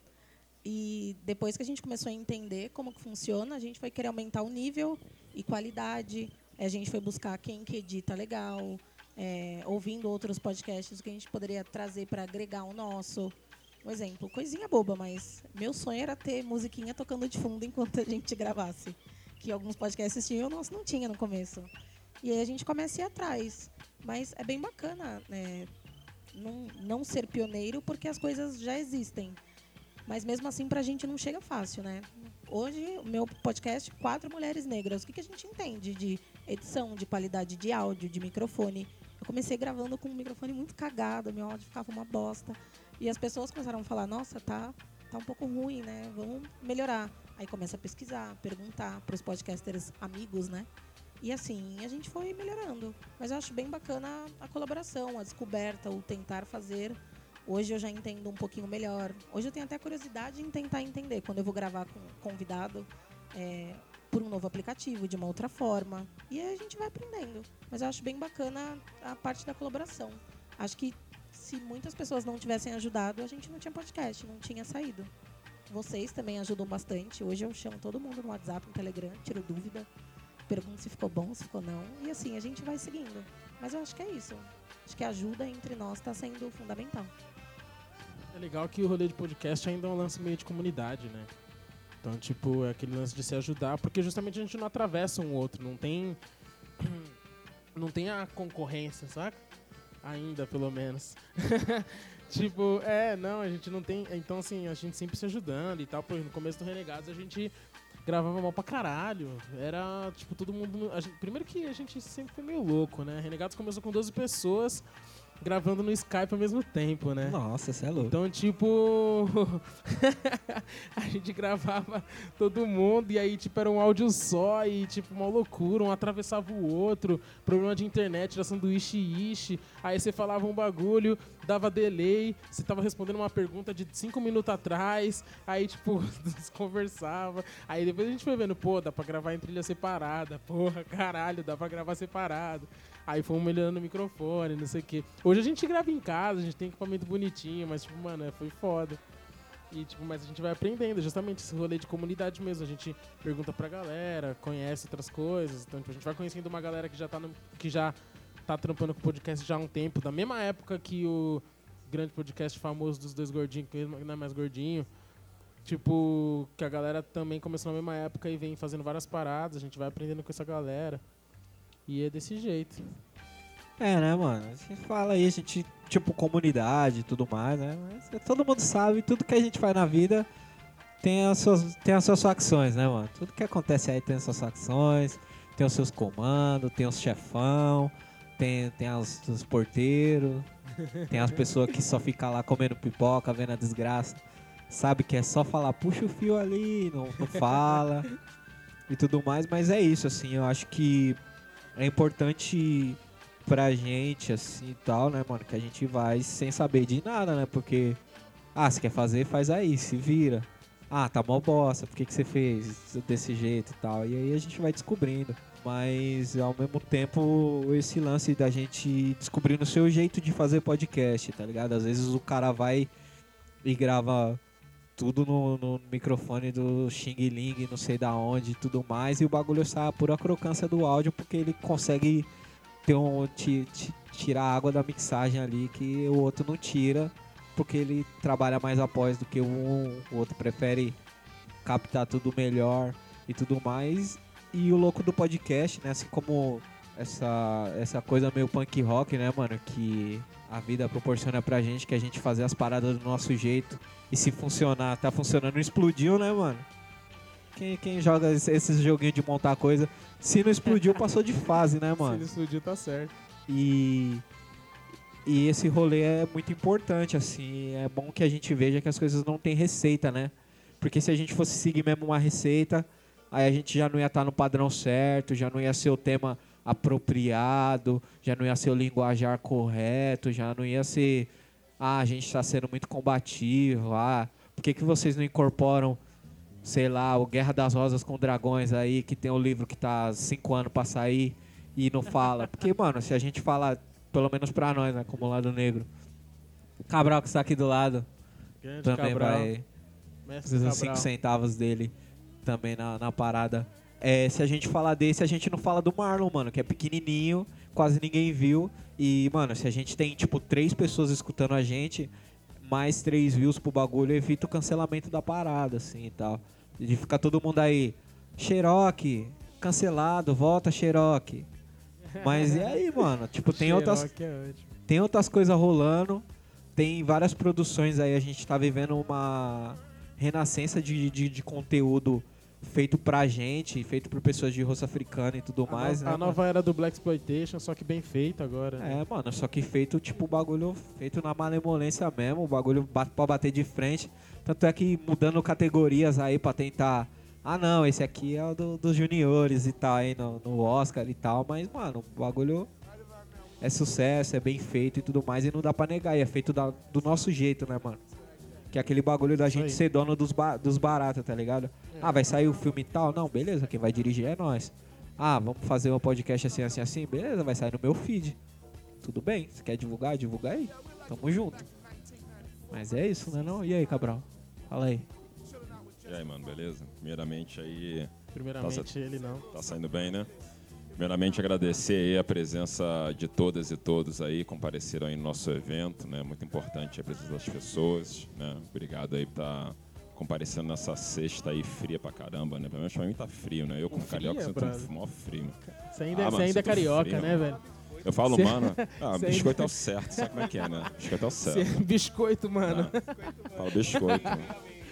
E depois que a gente começou a entender como que funciona, a gente foi querer aumentar o nível e qualidade. A gente foi buscar quem que edita legal, é, ouvindo outros podcasts que a gente poderia trazer para agregar o nosso. Um exemplo, coisinha boba, mas meu sonho era ter musiquinha tocando de fundo enquanto a gente gravasse. Que alguns podcasts tinham, o nosso não tinha no começo. E aí a gente começa a ir atrás. Mas é bem bacana, né, não, não ser pioneiro, porque as coisas já existem. Mas mesmo assim, pra gente não chega fácil, né? Hoje, o meu podcast, quatro mulheres negras. O que, que a gente entende de edição, de qualidade de áudio, de microfone? Eu comecei gravando com um microfone muito cagado, meu áudio ficava uma bosta. E as pessoas começaram a falar, nossa, tá, tá um pouco ruim, né? Vamos melhorar. Aí começa a pesquisar, perguntar pros podcasters amigos, né? E assim, a gente foi melhorando. Mas eu acho bem bacana a colaboração, a descoberta, o tentar fazer. Hoje eu já entendo um pouquinho melhor. Hoje eu tenho até curiosidade em tentar entender quando eu vou gravar com um convidado é, por um novo aplicativo, de uma outra forma. E aí a gente vai aprendendo. Mas eu acho bem bacana a parte da colaboração. Acho que se muitas pessoas não tivessem ajudado, a gente não tinha podcast, não tinha saído. Vocês também ajudam bastante. Hoje eu chamo todo mundo no WhatsApp, no Telegram, tiro dúvida, pergunto se ficou bom, se ficou não. E assim, a gente vai seguindo. Mas eu acho que é isso. Acho que a ajuda entre nós está sendo fundamental. É legal que o rolê de podcast ainda é um lance meio de comunidade, né? Então, tipo, é aquele lance de se ajudar, porque justamente a gente não atravessa um outro, não tem não tem a concorrência, saca? Ainda, pelo menos. Tipo, é, não, a gente não tem... Então, assim, a gente sempre se ajudando e tal. Pô, no começo do Renegados a gente gravava mal pra caralho. Era, tipo, todo mundo... A gente, primeiro que a gente sempre foi meio louco, né? Renegados começou com doze pessoas gravando no Skype ao mesmo tempo, né? Nossa, você é louco. Então, tipo... a gente gravava todo mundo e aí, tipo, era um áudio só e, tipo, uma loucura. Um atravessava o outro. Problema de internet, era sanduíche ishi. Aí você falava um bagulho, dava delay, você tava respondendo uma pergunta de cinco minutos atrás, aí, tipo, desconversava. Aí depois a gente foi vendo, pô, dá pra gravar em trilha separada, porra, caralho, dá pra gravar separado. Aí fomos melhorando o microfone, não sei o quê. Hoje a gente grava em casa, a gente tem equipamento bonitinho, mas, tipo, mano, é, foi foda. E, tipo, mas a gente vai aprendendo, justamente esse rolê de comunidade mesmo. A gente pergunta pra galera, conhece outras coisas. Então, tipo, a gente vai conhecendo uma galera que já tá, no, que já tá trampando com o podcast já há um tempo, da mesma época que o grande podcast famoso dos dois gordinhos, que não é mais gordinho. Tipo, que a galera também começou na mesma época e vem fazendo várias paradas. A gente vai aprendendo com essa galera. E é desse jeito. É, né, mano? A gente fala aí, a gente, tipo, comunidade e tudo mais, né? Mas todo mundo sabe, tudo que a gente faz na vida tem as suas, tem as suas facções, né, mano? Tudo que acontece aí tem as suas facções, tem os seus comandos, tem os chefão, tem, tem as, os porteiros, tem as pessoas que só ficam lá comendo pipoca, vendo a desgraça. Sabe que é só falar, puxa o fio ali, não, não fala e tudo mais, mas é isso, assim, eu acho que é importante pra gente, assim, e tal, né, mano, que a gente vai sem saber de nada, né, porque, ah, você quer fazer, faz aí, se vira. Ah, tá mó bosta, por que que você fez desse jeito e tal, e aí a gente vai descobrindo. Mas, ao mesmo tempo, esse lance da gente descobrindo o seu jeito de fazer podcast, tá ligado? Às vezes o cara vai e grava tudo no, no microfone do Xing Ling, não sei da onde e tudo mais, e o bagulho sai a pura crocância do áudio, porque ele consegue ter um, t, t, tirar a água da mixagem ali que o outro não tira, porque ele trabalha mais após do que um, o outro prefere captar tudo melhor e tudo mais. E o louco do podcast, né, assim como essa, essa coisa meio punk rock, né, mano, que a vida proporciona pra gente, que a gente fazer as paradas do nosso jeito, e se funcionar, tá funcionando, não explodiu, né, mano? Quem, quem joga esses joguinhos de montar coisa, se não explodiu, passou de fase, né, mano? Se não explodiu, tá certo. E, e esse rolê é muito importante, assim, é bom que a gente veja que as coisas não tem receita, né? Porque se a gente fosse seguir mesmo uma receita, aí a gente já não ia estar no padrão certo, já não ia ser o tema apropriado, já não ia ser o linguajar correto, já não ia ser, ah, a gente está sendo muito combativo, ah, por que que vocês não incorporam, sei lá, o Guerra das Rosas com Dragões aí, que tem o livro que tá cinco anos pra sair e não fala? Porque, mano, se a gente fala, pelo menos pra nós, né, como Lado Negro, o Cabral que está aqui do lado, Grande também Cabral. vai, Mestre os Cabral. cinco centavos dele também na, na parada. É, se a gente falar desse, a gente não fala do Marlon, mano, que é pequenininho, quase ninguém viu. E, mano, se a gente tem, tipo, três pessoas escutando a gente, mais três views pro bagulho, evita o cancelamento da parada, assim, e tal. De ficar todo mundo aí, Xeroque, cancelado, volta Xeroque. Mas e aí, mano? Tipo, tem outras, Xeroque é ótimo. tem outras coisas rolando, tem várias produções aí, a gente tá vivendo uma renascença de, de, de conteúdo feito pra gente, feito por pessoas de rosto africano e tudo A mais, no- né? A nova era do Black Exploitation, só que bem feito agora. né? É, mano, só que feito, tipo, o bagulho feito na malemolência mesmo, o bagulho bate pra bater de frente. Tanto é que mudando categorias aí pra tentar, ah não, esse aqui é o do, dos juniores e tal, aí no, no Oscar e tal, mas, mano, o bagulho é sucesso, é bem feito e tudo mais, e não dá pra negar, e é feito da- do nosso jeito, né, mano? Que é aquele bagulho da Isso gente aí. ser dono dos, ba dos baratos, tá ligado? É. Ah, vai sair o filme e tal? Não, beleza, quem vai dirigir é nós. Ah, vamos fazer um podcast assim, assim, assim? Beleza, vai sair no meu feed. Tudo bem, você quer divulgar? Divulga aí. Tamo junto. Mas é isso, né não? E aí, Cabral? Fala aí. E aí, mano, beleza? Primeiramente aí, Primeiramente, Nossa. ele não. tá saindo bem, né? Primeiramente agradecer aí a presença de todas e todos aí, que compareceram aí no nosso evento, né? Muito importante a presença das pessoas, né? Obrigado aí por estar comparecendo nessa sexta aí fria pra caramba, né? Pelo menos pra mim tá frio, né? Eu como Fria, carioca sinto brother. um mó frio, mano. Você ainda, Ah, você mano, ainda é sinto carioca, frio, né, mano. velho? Eu falo, Cê- mano, ah, cê biscoito é o certo, sabe como é que é, né? Biscoito é o Você certo. é biscoito, mano. Fala biscoito, mano.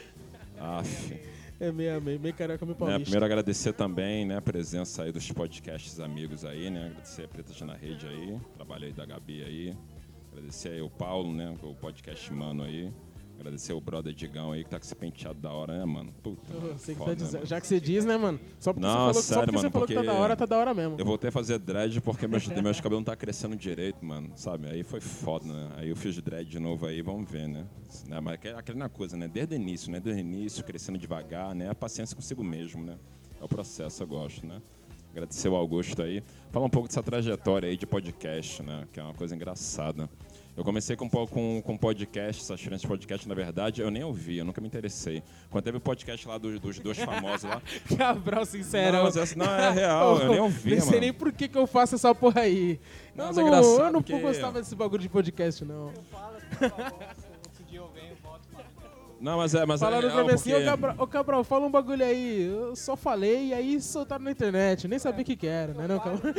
Aff. É meio, meio, meio carioca, meio Né, paulista. primeiro agradecer também, né, a presença aí dos podcasts amigos aí, né, agradecer a Preta na Rede aí, trabalho aí da Gabi aí, agradecer aí o Paulo, né, o podcast Mano aí, Agradecer o brother Digão aí que tá com esse penteado da hora, né, mano? Puta, Eu sei que foda, tá dizendo. né, mano? Já que você diz, né, mano? Só porque Não, você falou, sério, só porque mano, você falou que tá porque da hora, tá da hora mesmo. Eu voltei a fazer dread porque meus, meus cabelos não tá crescendo direito, mano, sabe? Aí foi foda, né? Aí eu fiz dread de novo aí, vamos ver, né? né? Mas é aquela coisa, né? Desde o início, né? Desde o início, crescendo devagar, né? A paciência consigo mesmo, né? É o processo, eu gosto, né? Agradecer o Augusto aí. Fala um pouco dessa trajetória aí de podcast, né? Que é uma coisa engraçada. Eu comecei com, com, com podcast, essas frentes de podcast, na verdade, eu nem ouvi, eu nunca me interessei. Quando teve o podcast lá dos, dos dois famosos lá... Cabral, sincero. Não, mas essa, não, é real, eu nem ouvi, Nem mano. sei nem por que, que eu faço essa porra aí. Não, eu mas é não, engraçado eu não porque- gostava desse bagulho de podcast, não. Não, mas é, mas Falaram é pra real, mim assim, porque... ô Cabral, ô Cabral, fala um bagulho aí. Eu só falei e aí soltaram na internet. Nem sabia o que que era, né, não, Cabral?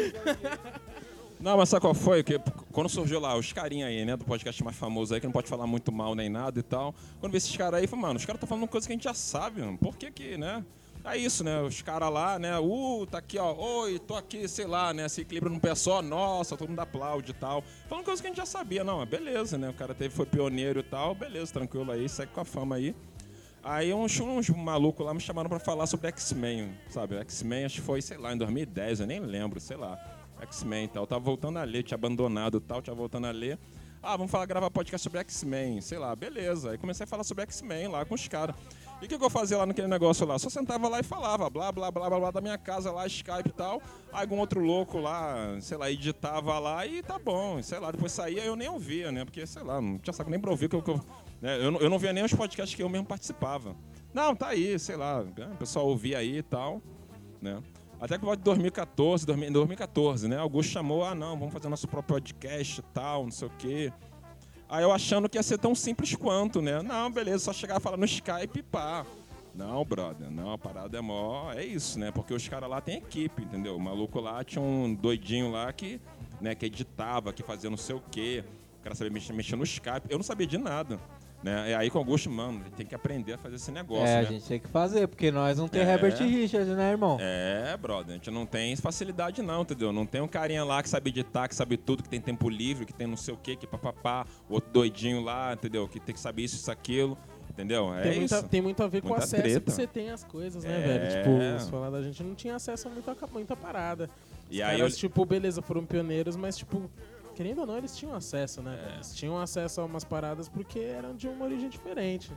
Não, mas sabe qual foi? Que quando surgiu lá os carinha aí, né, do podcast mais famoso aí, que não pode falar muito mal nem nada e tal. Quando vi esses caras aí, eu falei, mano, os caras estão falando uma coisa que a gente já sabe, mano. Por que que, né? É isso, né? Os caras lá, né? Uh, tá aqui, ó. Oi, tô aqui, sei lá, né? Se equilibra num pé só, nossa, todo mundo aplaude e tal. Falando coisa que a gente já sabia, não, mas beleza, né? O cara teve, foi pioneiro e tal, beleza, tranquilo aí, segue com a fama aí. Aí uns, uns malucos lá me chamaram pra falar sobre X-Men, sabe? X-Men acho que foi, sei lá, em dois mil e dez, eu nem lembro, sei lá. X-Men e tal, eu tava voltando a ler, tinha abandonado e tal, tinha voltando a ler. Ah, vamos falar, gravar podcast sobre X-Men, sei lá, beleza. Aí comecei a falar sobre X-Men lá com os caras. E o que, que eu fazia lá naquele negócio lá? Só sentava lá e falava, blá, blá, blá, blá, blá, da minha casa lá, Skype e tal. Aí algum outro louco lá, sei lá, editava lá e tá bom, sei lá. Depois saía eu nem ouvia, né? Porque, sei lá, não tinha saco nem pra ouvir. Que eu, que eu, né? eu, não, eu não via nem os podcasts que eu mesmo participava. Não, tá aí, sei lá, o pessoal ouvia aí e tal, né? Até que de dois mil e catorze, dois mil e catorze, né? Augusto chamou, ah, não, vamos fazer nosso próprio podcast e tal, não sei o quê. Aí eu achando que ia ser tão simples quanto, né? Não, beleza, só chegar e falar no Skype e pá. Não, brother, não, a parada é mó... É isso, né? Porque os caras lá têm equipe, entendeu? O maluco lá tinha um doidinho lá que, né, que editava, que fazia não sei o quê. O cara sabia mexer, mexer no Skype. Eu não sabia de nada. Né? E aí com o Augusto, mano, tem que aprender a fazer esse negócio, É, né? a gente tem que fazer, porque nós não tem É. Herbert Richards, né, irmão? É, brother, a gente não tem facilidade não, entendeu? Não tem um carinha lá que sabe editar, que sabe tudo, que tem tempo livre, que tem não sei o quê, que papapá, o outro doidinho lá, entendeu? Que tem que saber isso, isso, aquilo, entendeu? É Tem, isso. muita, tem muito a ver com o Muita acesso treta. que você tem às coisas, né, É. velho? Tipo, se falar da gente não tinha acesso a muita, muita parada. Os E aí caras, eu- tipo, beleza, foram pioneiros, mas, tipo, querendo ou não, eles tinham acesso, né? É. velho? Eles tinham acesso a umas paradas porque eram de uma origem diferente.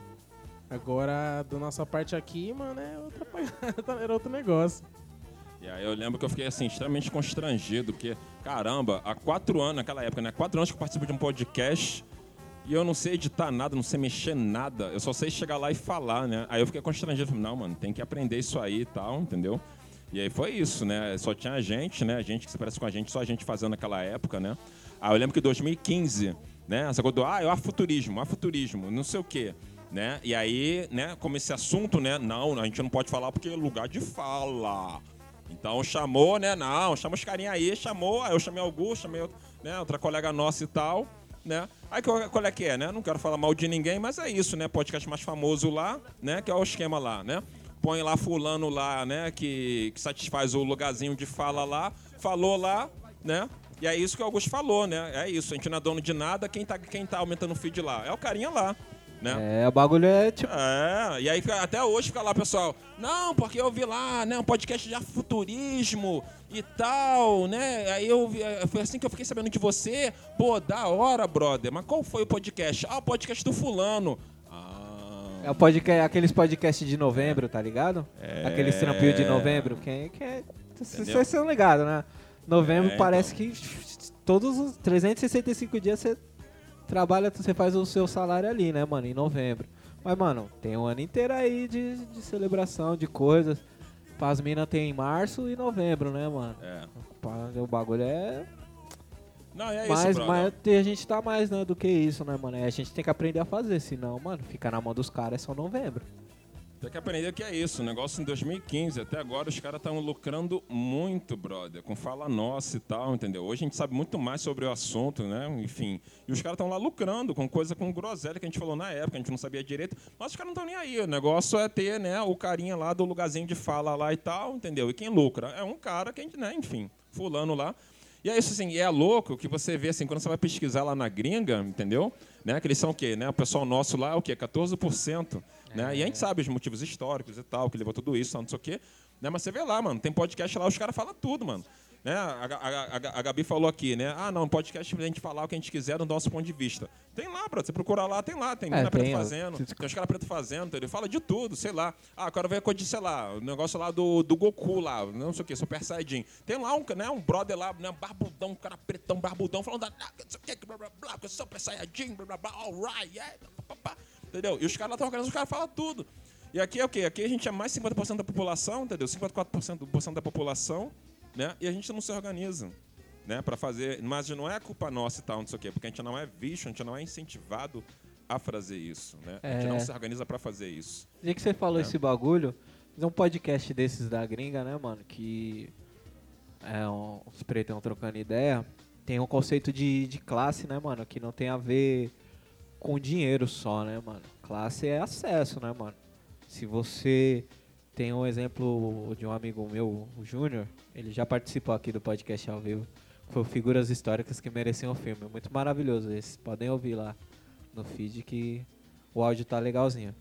Agora, da nossa parte aqui, mano, é outra parada, era outro negócio. E aí eu lembro que eu fiquei, assim, extremamente constrangido, porque, caramba, há quatro anos, naquela época, né? Quatro anos que eu participo de um podcast e eu não sei editar nada, não sei mexer nada, eu só sei chegar lá e falar, né? Aí eu fiquei constrangido, falei, não, mano, tem que aprender isso aí e tal, entendeu? E aí foi isso, né? Só tinha a gente, né? A gente que se parece com a gente, só a gente fazendo naquela época, né? Aí eu lembro que em dois mil e quinze, né? Essa coisa do, ah, é o afuturismo, afuturismo, não sei o quê, né? E aí, né, como esse assunto, né? Não, a gente não pode falar porque é lugar de fala. Então chamou, né? Não, chama os carinha aí, chamou, aí eu chamei Augusto, chamei né, outra colega nossa e tal, né? Aí qual, qual é que é, né? Não quero falar mal de ninguém, mas é isso, né? Podcast mais famoso lá, né? Que é o esquema lá, né? Põe lá fulano lá, né? Que, que satisfaz o lugarzinho de fala lá, falou lá, né? E é isso que o Augusto falou, né? É isso, a gente não é dono de nada, quem tá, quem tá aumentando o feed lá? É o carinha lá, né? É, o bagulho é tipo. É, e aí fica- até hoje fica lá, pessoal, não, porque eu vi lá, né, um podcast de futurismo e tal, né, aí eu vi, foi assim que eu fiquei sabendo de você, pô, da hora, brother, mas qual foi o podcast? Ah, o podcast do fulano. Ah, É o podcast, aqueles podcasts de novembro, tá ligado? É. Aqueles trampinhos de novembro. Quem que é. Entendeu? Vocês estão ligados, né? Novembro É, parece então. que todos os trezentos e sessenta e cinco dias você trabalha, você faz o seu salário ali, né, mano? Em novembro. Mas, mano, tem um ano inteiro aí de, de celebração, de coisas. Pras minas tem em março e novembro, né, mano? é. Pá, O bagulho é. Não, é Mas, isso, brother. mas a gente tá mais, né, do que isso, né, mano? É, a gente tem que aprender a fazer, senão, mano, ficar na mão dos caras é só novembro. Tem que aprender o que é isso. O negócio em dois mil e quinze, até agora, os caras estão lucrando muito, brother, com fala nossa e tal, entendeu? Hoje a gente sabe muito mais sobre o assunto, né? Enfim. E os caras estão lá lucrando com coisa com groselha que a gente falou na época, a gente não sabia direito. Mas os caras não estão nem aí. O negócio é ter, né, o carinha lá do lugarzinho de fala lá e tal, entendeu? E quem lucra é um cara que, a gente, né, enfim, fulano lá. E é isso, assim, e é louco que você vê, assim, quando você vai pesquisar lá na gringa, entendeu? Né, que eles são o quê? Né? O pessoal nosso lá é o quê? quatorze por cento. É. Né? E a gente sabe os motivos históricos e tal, que levou tudo isso, não sei o quê. Né? Mas você vê lá, mano, tem podcast lá, os caras falam tudo, mano. Né? A, a, a, a Gabi falou aqui, né? Ah, não, podcast a gente falar o que a gente quiser do nosso ponto de vista. Tem lá, bro, você procura lá, tem lá, tem é, mina tem, preta fazendo, eu... tem os caras preto fazendo, entendeu? Fala de tudo, sei lá. Ah, agora vem a coisa de, sei lá, o negócio lá do, do Goku lá, não sei o que, Super Saiyajin. Tem lá um, né, um brother lá, né, barbudão, um cara pretão, barbudão, falando da, não sei o que, blá, blá, blá, Super Saiyajin, blá, blá, blá, alright, yeah, pá, pá, entendeu? E os caras lá estão organizando, os caras falam tudo. E aqui é o quê? Aqui a gente é mais cinquenta por cento da população, entendeu? cinquenta e quatro por cento da população, né? E a gente não se organiza, né? Para fazer... Mas não é culpa nossa e tal, não sei o quê, porque a gente não é visto, a gente não é incentivado a fazer isso, né? A gente é... não se organiza para fazer isso. Já que você falou né? esse bagulho, é um podcast desses da gringa, né, mano? Que é um, os pretão trocando ideia. Tem um conceito de, de classe, né, mano? Que não tem a ver com dinheiro só, né, mano? Classe é acesso, né, mano? Se você tem um exemplo de um amigo meu, o Júnior, ele já participou aqui do podcast ao vivo. Foi Figuras Históricas que Mereciam o Filme. Muito maravilhoso esse. Podem ouvir lá no feed que o áudio tá legalzinho.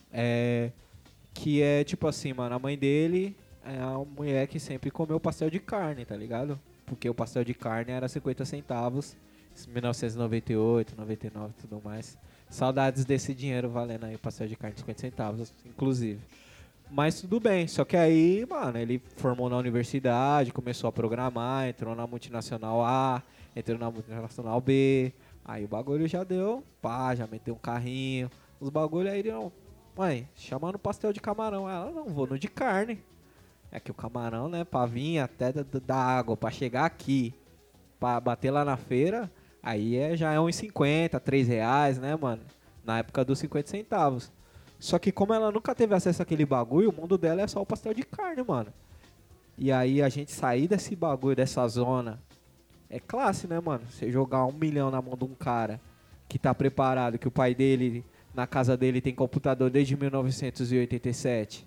É, que é tipo assim, mano, a mãe dele é a mulher que sempre comeu pastel de carne, tá ligado? Porque o pastel de carne era cinquenta centavos, em mil novecentos e noventa e oito, noventa e nove e tudo mais. Saudades desse dinheiro valendo aí o pastel de carne de cinquenta centavos, inclusive. Mas tudo bem, só que aí, mano, ele formou na universidade, começou a programar, entrou na multinacional A, entrou na multinacional B, aí o bagulho já deu, pá, já meteu um carrinho, os bagulho aí, não, mãe, chama no pastel de camarão. Ela, não, vou no de carne. É que o camarão, né, pra vir até da, da água, pra chegar aqui, pra bater lá na feira, aí é, já é uns cinquenta, três reais, né, mano? Na época dos cinquenta centavos. Só que como ela nunca teve acesso àquele bagulho, o mundo dela é só o pastel de carne, mano. E aí a gente sair desse bagulho, dessa zona, é classe, né, mano? Você jogar um milhão na mão de um cara que tá preparado, que o pai dele, na casa dele, tem computador desde mil novecentos e oitenta e sete.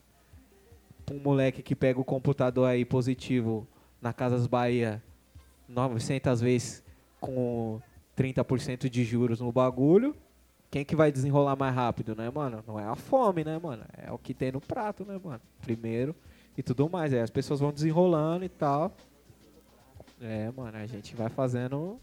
Um moleque que pega o computador aí positivo na Casas Bahia novecentas vezes com trinta por cento de juros no bagulho. Quem que vai desenrolar mais rápido, né, mano? Não é a fome, né, mano? É o que tem no prato, né, mano? Primeiro e tudo mais. Aí as pessoas vão desenrolando e tal. É, mano, a gente vai fazendo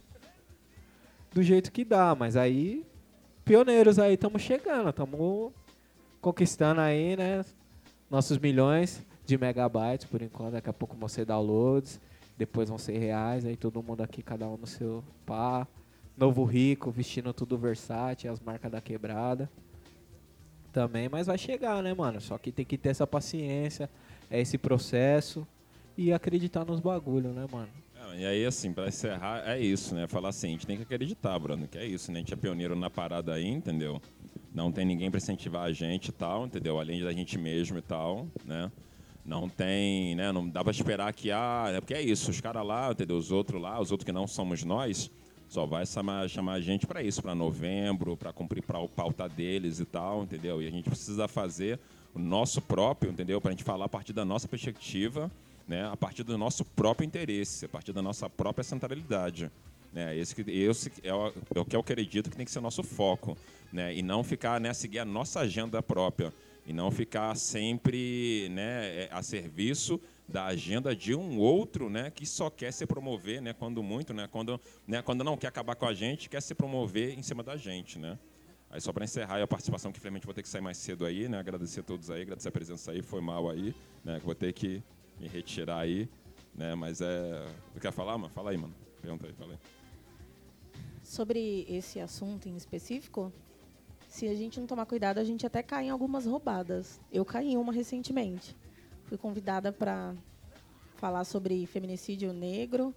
do jeito que dá. Mas aí, pioneiros aí, estamos chegando. Estamos conquistando aí, né, nossos milhões de megabytes, por enquanto. Daqui a pouco vão ser downloads. Depois vão ser reais. Aí todo mundo aqui, cada um no seu pá. Novo Rico, vestindo tudo versátil, as marcas da quebrada. Também, mas vai chegar, né, mano? Só que tem que ter essa paciência, é esse processo e acreditar nos bagulhos, né, mano? É, e aí, assim, pra encerrar, é isso, né? Falar assim, a gente tem que acreditar, Bruno, que é isso, né? A gente é pioneiro na parada aí, entendeu? Não tem ninguém pra incentivar a gente e tal, entendeu? Além da gente mesmo e tal, né? Não tem, né? Não dá pra esperar que, ah, é porque é isso, os caras lá, entendeu? Os outros lá, os outros que não somos nós, só vai chamar, chamar a gente para isso, para novembro, para cumprir para o pauta deles e tal, entendeu? E a gente precisa fazer o nosso próprio, entendeu? Para a gente falar a partir da nossa perspectiva, né? A partir do nosso próprio interesse, a partir da nossa própria centralidade. Né? Esse, que, esse é, o, é o que eu acredito que tem que ser o nosso foco, né? E não ficar, né, seguir a nossa agenda própria, e não ficar sempre, né, a serviço da agenda de um outro, né, que só quer se promover, né, quando muito, né, quando, né, quando não quer acabar com a gente, quer se promover em cima da gente, né. Aí só para encerrar a participação, que infelizmente vou ter que sair mais cedo aí, né, agradecer a todos aí, agradecer a presença aí, foi mal aí, né, que vou ter que me retirar aí, né, mas é... Tu quer falar, mano? Fala aí, mano. Pergunta aí, fala aí. Sobre esse assunto em específico, se a gente não tomar cuidado, a gente até cai em algumas roubadas. Eu caí em uma recentemente. Fui convidada para falar sobre feminicídio negro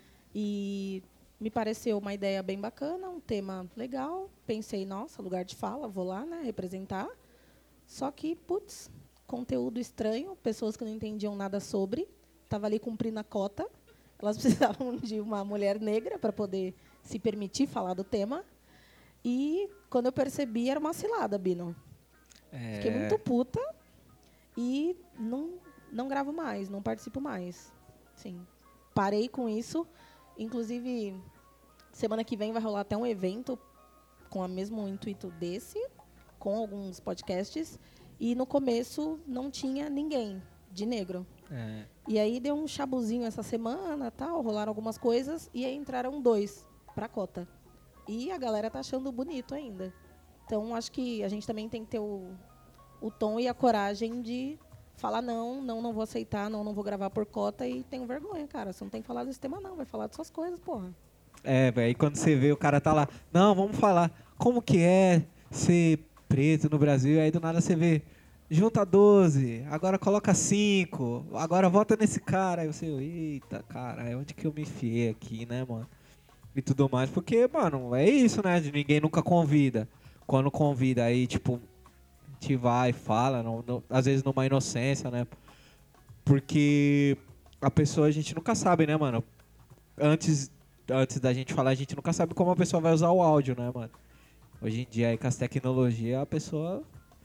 e me pareceu uma ideia bem bacana, um tema legal. Pensei, nossa, lugar de fala, vou lá, né, representar. Só que, putz, conteúdo estranho, pessoas que não entendiam nada sobre. Estava ali cumprindo a cota. Elas precisavam de uma mulher negra para poder se permitir falar do tema. E, quando eu percebi, era uma cilada, Bino. É... Fiquei muito puta e não, não gravo mais, não participo mais. Sim. Parei com isso Inclusive, semana que vem vai rolar até um evento com o mesmo intuito desse, com alguns podcasts. E no começo não tinha ninguém de negro. É. E aí deu um chabuzinho essa semana, tal, rolaram algumas coisas. E aí entraram dois pra cota. E a galera tá achando bonito ainda. Então, acho que a gente também tem que ter o, o tom e a coragem de falar não, não, não vou aceitar, não, não vou gravar por cota e tenho vergonha, cara. Você não tem que falar desse tema, não. Vai falar de suas coisas, porra. É, velho, aí quando você vê o cara tá lá, não, vamos falar como que é ser preto no Brasil, aí do nada você vê, junta doze, agora coloca cinco, agora vota nesse cara. Aí você, eita, cara, onde que eu me enfiei aqui, né, mano? E tudo mais, porque, mano, é isso, né? Ninguém nunca convida. Quando convida, aí, tipo, a gente vai, fala, não, não, às vezes numa inocência, né? Porque a pessoa, a gente nunca sabe, né, mano? Antes, antes da gente falar, a gente nunca sabe como a pessoa vai usar o áudio, né, mano? Hoje em dia, aí, com as tecnologias, a pessoa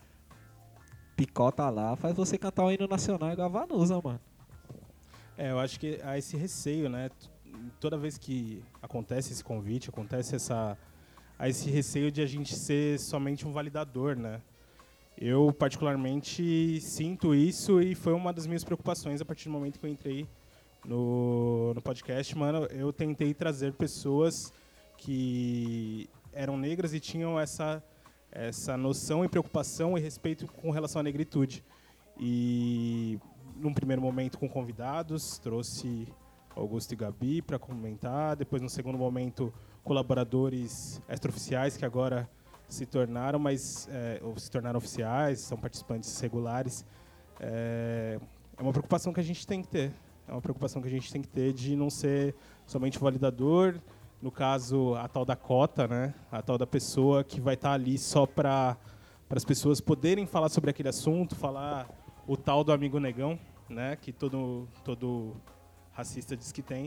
picota lá, faz você cantar o hino nacional igual a Vanusa, mano. É, eu acho que há esse receio, né? Toda vez que acontece esse convite, acontece essa, há esse receio de a gente ser somente um validador, né? Eu, particularmente, sinto isso e foi uma das minhas preocupações a partir do momento que eu entrei no, no podcast. Mano, eu tentei trazer pessoas que eram negras e tinham essa, essa noção e preocupação e respeito com relação à negritude. E, num primeiro momento, com convidados, trouxe Augusto e Gabi para comentar. Depois, no segundo momento, colaboradores extraoficiais que agora se tornaram, mas é, ou se tornaram oficiais, são participantes regulares. É, é uma preocupação que a gente tem que ter. É uma preocupação que a gente tem que ter de não ser somente validador, no caso, a tal da cota, né? A tal da pessoa que vai estar ali só para as pessoas poderem falar sobre aquele assunto, falar o tal do amigo negão, né? Que todo, todo racista diz que tem.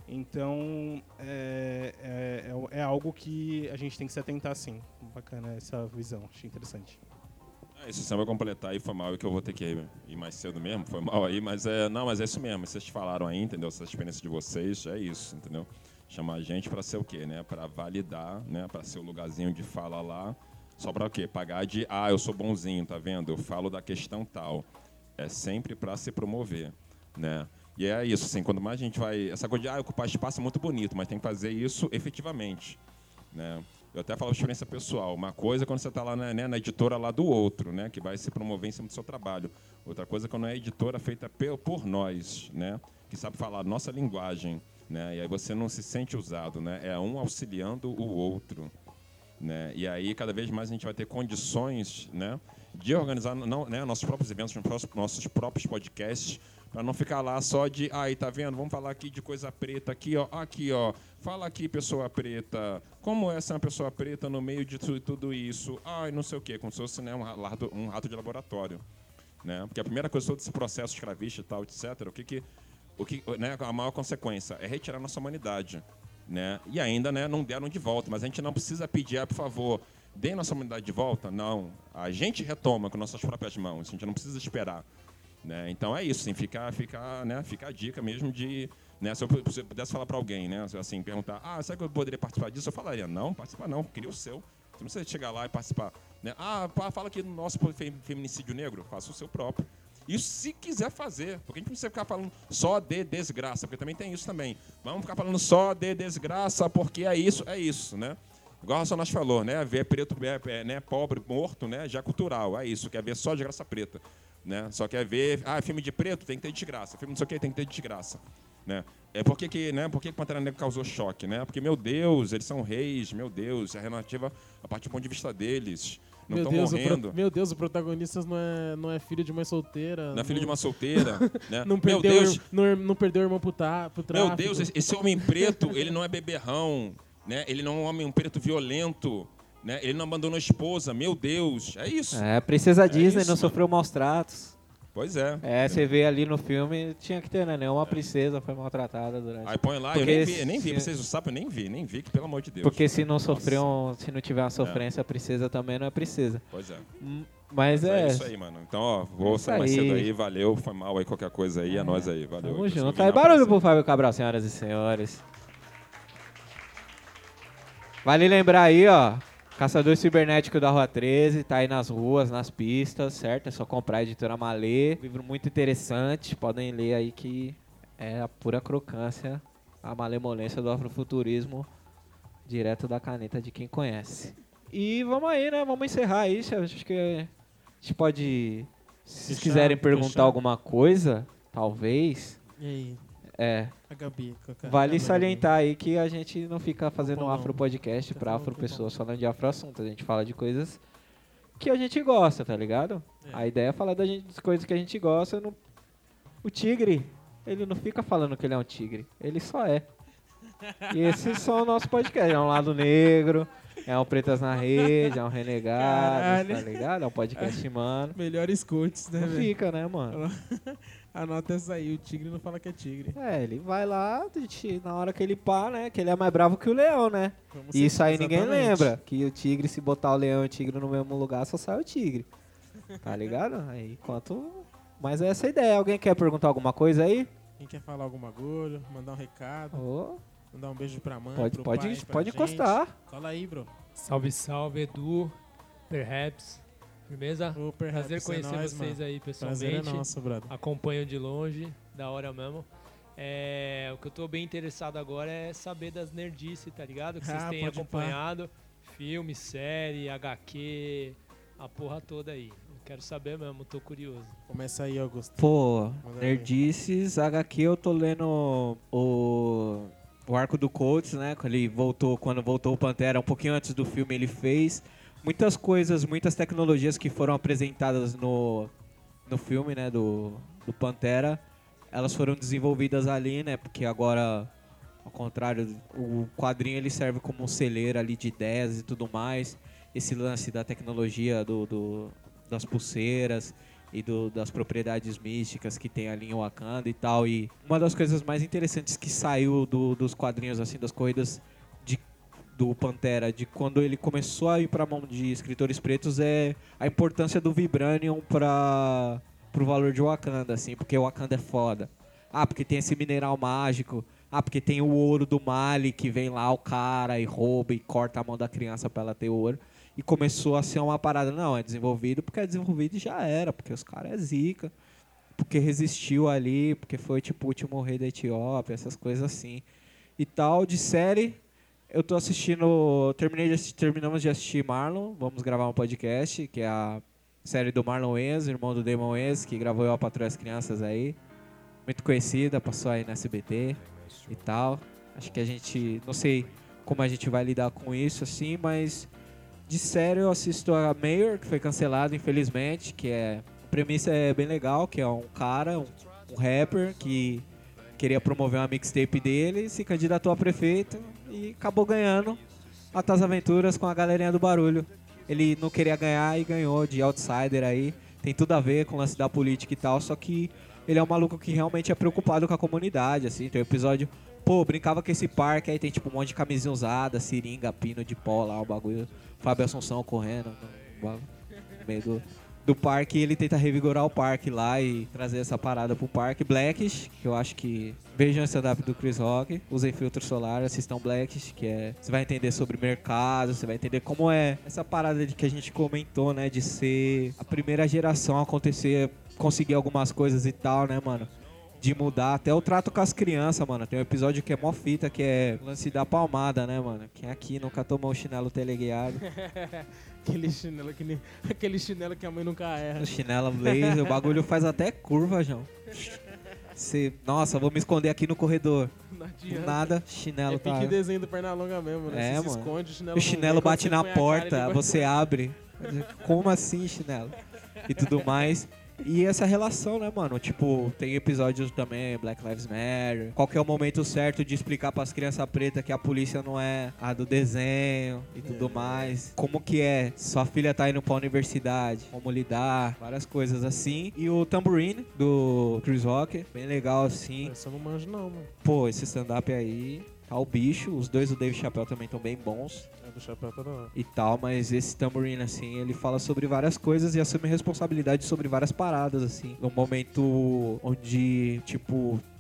Então, é, é, é algo que a gente tem que se atentar, sim. Bacana essa visão, achei interessante. É, isso só vai completar aí, foi mal que eu vou ter que ir mais cedo mesmo, foi mal aí, mas é, não, mas é isso mesmo, vocês falaram aí, entendeu? Essa experiência de vocês, é isso, entendeu? Chamar a gente para ser o quê, né? Para validar, né? Para ser o lugarzinho de fala lá, só para o quê? Pagar de, ah, eu sou bonzinho, tá vendo? Eu falo da questão tal. É sempre para se promover, né? E é isso, assim, quando mais a gente vai... Essa coisa de ah, ocupar espaço é muito bonito, mas tem que fazer isso efetivamente, né? Eu até falo experiência pessoal. Uma coisa é quando você está lá na, né, na editora lá do outro, né, que vai se promover em cima do seu trabalho. Outra coisa é quando é editora feita por nós, né, que sabe falar a nossa linguagem, né, e aí você não se sente usado, né, é um auxiliando o outro, né, e aí cada vez mais a gente vai ter condições, né, de organizar não, né, nossos próprios eventos, nossos próprios podcasts, para não ficar lá só de, aí, tá vendo? Vamos falar aqui de coisa preta, aqui, ó, aqui, ó. Fala aqui, pessoa preta. Como é ser uma pessoa preta no meio de tudo, tudo isso? Ai, não sei o quê, como se fosse, né, um, rato, um rato de laboratório, né? Porque a primeira coisa todo esse processo escravista e tal, etcétera, o que que, o que, né, a maior consequência é retirar nossa humanidade, né? E ainda, né, não deram de volta, mas a gente não precisa pedir, ah, por favor, dê nossa humanidade de volta. Não, a gente retoma com nossas próprias mãos, a gente não precisa esperar. Né? Então é isso, assim, fica, fica, né, fica a dica mesmo de, né, se eu pudesse falar para alguém, né, assim, perguntar, ah, será que eu poderia participar disso? Eu falaria, não, participa não, cria o seu. Você não precisa chegar lá e participar. Né? Ah, fala aqui no nosso feminicídio negro, faça o seu próprio. Isso se quiser fazer, porque a gente não precisa ficar falando só de desgraça, porque também tem isso também. Vamos ficar falando só de desgraça, porque é isso, é isso, né? Igual a nós falou, né, ver preto, é, né, pobre, morto, né, já é cultural, é isso, quer ver só desgraça preta. Né? Só quer ver, ah, filme de preto tem que ter desgraça, filme não sei o que tem que ter desgraça, né? É por que que, né? Por que que Pantera Negra causou choque, né? Porque meu Deus, eles são reis, meu Deus, é relativa a partir do ponto de vista deles, não estão morrendo. Pro, meu Deus, o protagonista não é, não é filho de mãe solteira. Não é filho de uma solteira, né? Não perdeu, meu Deus, não, não perdeu o irmão pro, tá, pro tráfico. Meu Deus, esse homem preto, ele não é beberrão, né? Ele não é um homem um preto violento. Né? Ele não abandonou a esposa, meu Deus, é isso. É, a princesa Disney é isso, não sofreu maus tratos. Pois é. É, você vê ali no filme, tinha que ter, né? Nenhuma é. princesa foi maltratada durante... Aí põe lá, porque eu nem vi, nem vi, se... vocês não sabem, eu nem vi, nem vi, que pelo amor de Deus. Porque se não sofreu, um, se não tiver uma sofrência, é. a princesa também não é princesa. Pois é. Mas, Mas é... é é isso aí, mano. Então, ó, vou sair mais cedo aí, valeu, foi mal aí, qualquer coisa aí, é, é nóis aí, valeu. Tamo junto. Aí, barulho pro Fábio Cabral, senhoras e senhores. Vale lembrar aí, ó, Caçador Cibernético da Rua treze, tá aí nas ruas, nas pistas, certo? É só comprar a Editora Malê. Livro muito interessante, podem ler aí que é a pura crocância, a malemolência do afrofuturismo, direto da caneta de quem conhece. E vamos aí, né? Vamos encerrar isso. Acho que a gente pode, se vocês Fechar, quiserem perguntar fechar. alguma coisa, talvez, E aí, é... a Gabi? qual que é? Vale Ah, salientar aí que a gente não fica fazendo um Bom, afro podcast tá pra falando afro que pessoas falando de afro assunto. A gente fala de coisas que a gente gosta, tá ligado? É. A ideia é falar da gente, das coisas que a gente gosta. Não... O tigre, ele não fica falando que ele é um tigre. Ele só é. E esses são o nosso podcast. É um Lado Negro, é um Pretas na Rede, é um Renegado, Caralho. tá ligado? É um podcast, mano. Melhores coaches, né, Não velho? fica, né, mano? Anota essa aí, o tigre não fala que é tigre. É, ele vai lá, a gente- na hora que ele pá, né? Que ele é mais bravo que o leão, né? Vamos E isso aí ser- ninguém exatamente. lembra. Que o tigre, se botar o leão e o tigre no mesmo lugar, só sai o tigre. Tá ligado? Aí, enquanto... Mas é essa a ideia. Alguém quer perguntar alguma coisa aí? Quem quer falar algum bagulho, mandar um recado, Ô, mandar um beijo pra mãe, pode pro pode, pai, pra pode gente. encostar. Cola aí, bro. Salve, salve, Edu, Perhaps, firmeza? Ô, Perhaps, Prazer é conhecer nóis, vocês mano. aí Prazer é pessoalmente. nosso, brother. Acompanho de longe, da hora mesmo. É, o que eu tô bem interessado agora é saber das nerdices, tá ligado? Que vocês Ah, têm pode pá. acompanhado. Filme, série, H Q, a porra toda aí. Eu quero saber mesmo, tô curioso. Começa aí, Augusto. Pô, Manda Nerdices, H Q, eu tô lendo o, o arco do Coates, né? Quando ele voltou, quando voltou o Pantera, um pouquinho antes do filme ele fez. Muitas coisas, muitas tecnologias que foram apresentadas no, no filme, né? Do, do Pantera, elas foram desenvolvidas ali, né? Porque agora, ao contrário, o quadrinho ele serve como um celeiro ali de ideias e tudo mais. Esse lance da tecnologia do, do, das pulseiras e do, das propriedades místicas que tem ali em Wakanda e tal. E uma das coisas mais interessantes que saiu do, dos quadrinhos, assim, das corridas de, do Pantera, de quando ele começou a ir pra mão de escritores pretos, é a importância do Vibranium para pro valor de Wakanda, assim, porque Wakanda é foda. Ah, porque tem esse mineral mágico. Ah, porque tem o ouro do Mali, que vem lá o cara e rouba e corta a mão da criança pra ela ter ouro. E começou a ser uma parada, não, é desenvolvido porque é desenvolvido e já era, porque os caras é zica, porque resistiu ali, porque foi tipo o último rei da Etiópia, essas coisas assim. E tal, de série, eu tô assistindo, terminei de assistir, terminamos de assistir Marlon, vamos gravar um podcast, que é a série do Marlon Wayans, irmão do Damon Wayans, que gravou Eu, a Patroa e as Crianças aí. Muito conhecida, passou aí na S B T e tal. Acho que a gente, não sei como a gente vai lidar com isso assim, mas de série eu assisto a Mayor, que foi cancelado infelizmente, que é, a premissa é bem legal, que é um cara, um, um rapper que queria promover uma mixtape dele, se candidatou a prefeito e acabou ganhando até as aventuras com a galerinha do barulho. Ele não queria ganhar e ganhou de outsider aí, tem tudo a ver com o lance da política e tal, só que ele é um maluco que realmente é preocupado com a comunidade, assim, tem um episódio, pô, brincava com esse parque, aí tem tipo um monte de camisinha usada, seringa, pino de pó lá, o bagulho, Fábio Assunção correndo no, no meio do, do parque, e ele tenta revigorar o parque lá e trazer essa parada pro parque. Blackish, que eu acho que, vejam o stand-up do Chris Rock, usem filtro solar, assistam Blackish, que é, você vai entender sobre mercado, você vai entender como é essa parada de que a gente comentou, né, de ser a primeira geração a acontecer, conseguir algumas coisas e tal, né, mano? De mudar até o trato com as crianças, mano. Tem um episódio que é mó fita, que é o lance da palmada, né, mano? Quem aqui nunca tomou o chinelo teleguiado? Aquele chinelo que, nem- aquele chinelo que a mãe nunca erra. O chinelo blazer, o bagulho faz até curva, João. Cê, nossa, vou me esconder aqui no corredor. Não Do adianta. nada, chinelo É tá... pique desenho do Pernalonga mesmo, né? É, Você se mano. esconde, o chinelo O não chinelo vem, quando bate você na põe a cara, porta, ele vai- você abre. Como assim, chinelo? E tudo mais. E essa relação, né, mano? Tipo, tem episódios também, Black Lives Matter. Qual que é o momento certo de explicar pras crianças pretas que a polícia não é a do desenho e tudo mais. Como que é? Sua filha tá indo pra universidade. Como lidar. Várias coisas assim. E o Tambourine, do Chris Rock. Bem legal, assim. Essa eu não manjo não, mano. Pô, esse stand-up aí... Tá o bicho. Os dois do Dave Chappelle também estão bem bons. É do chapéu toda hora. E tal, mas esse Tambourine, assim, ele fala sobre várias coisas e assume responsabilidade sobre várias paradas, assim. Num momento onde, tipo,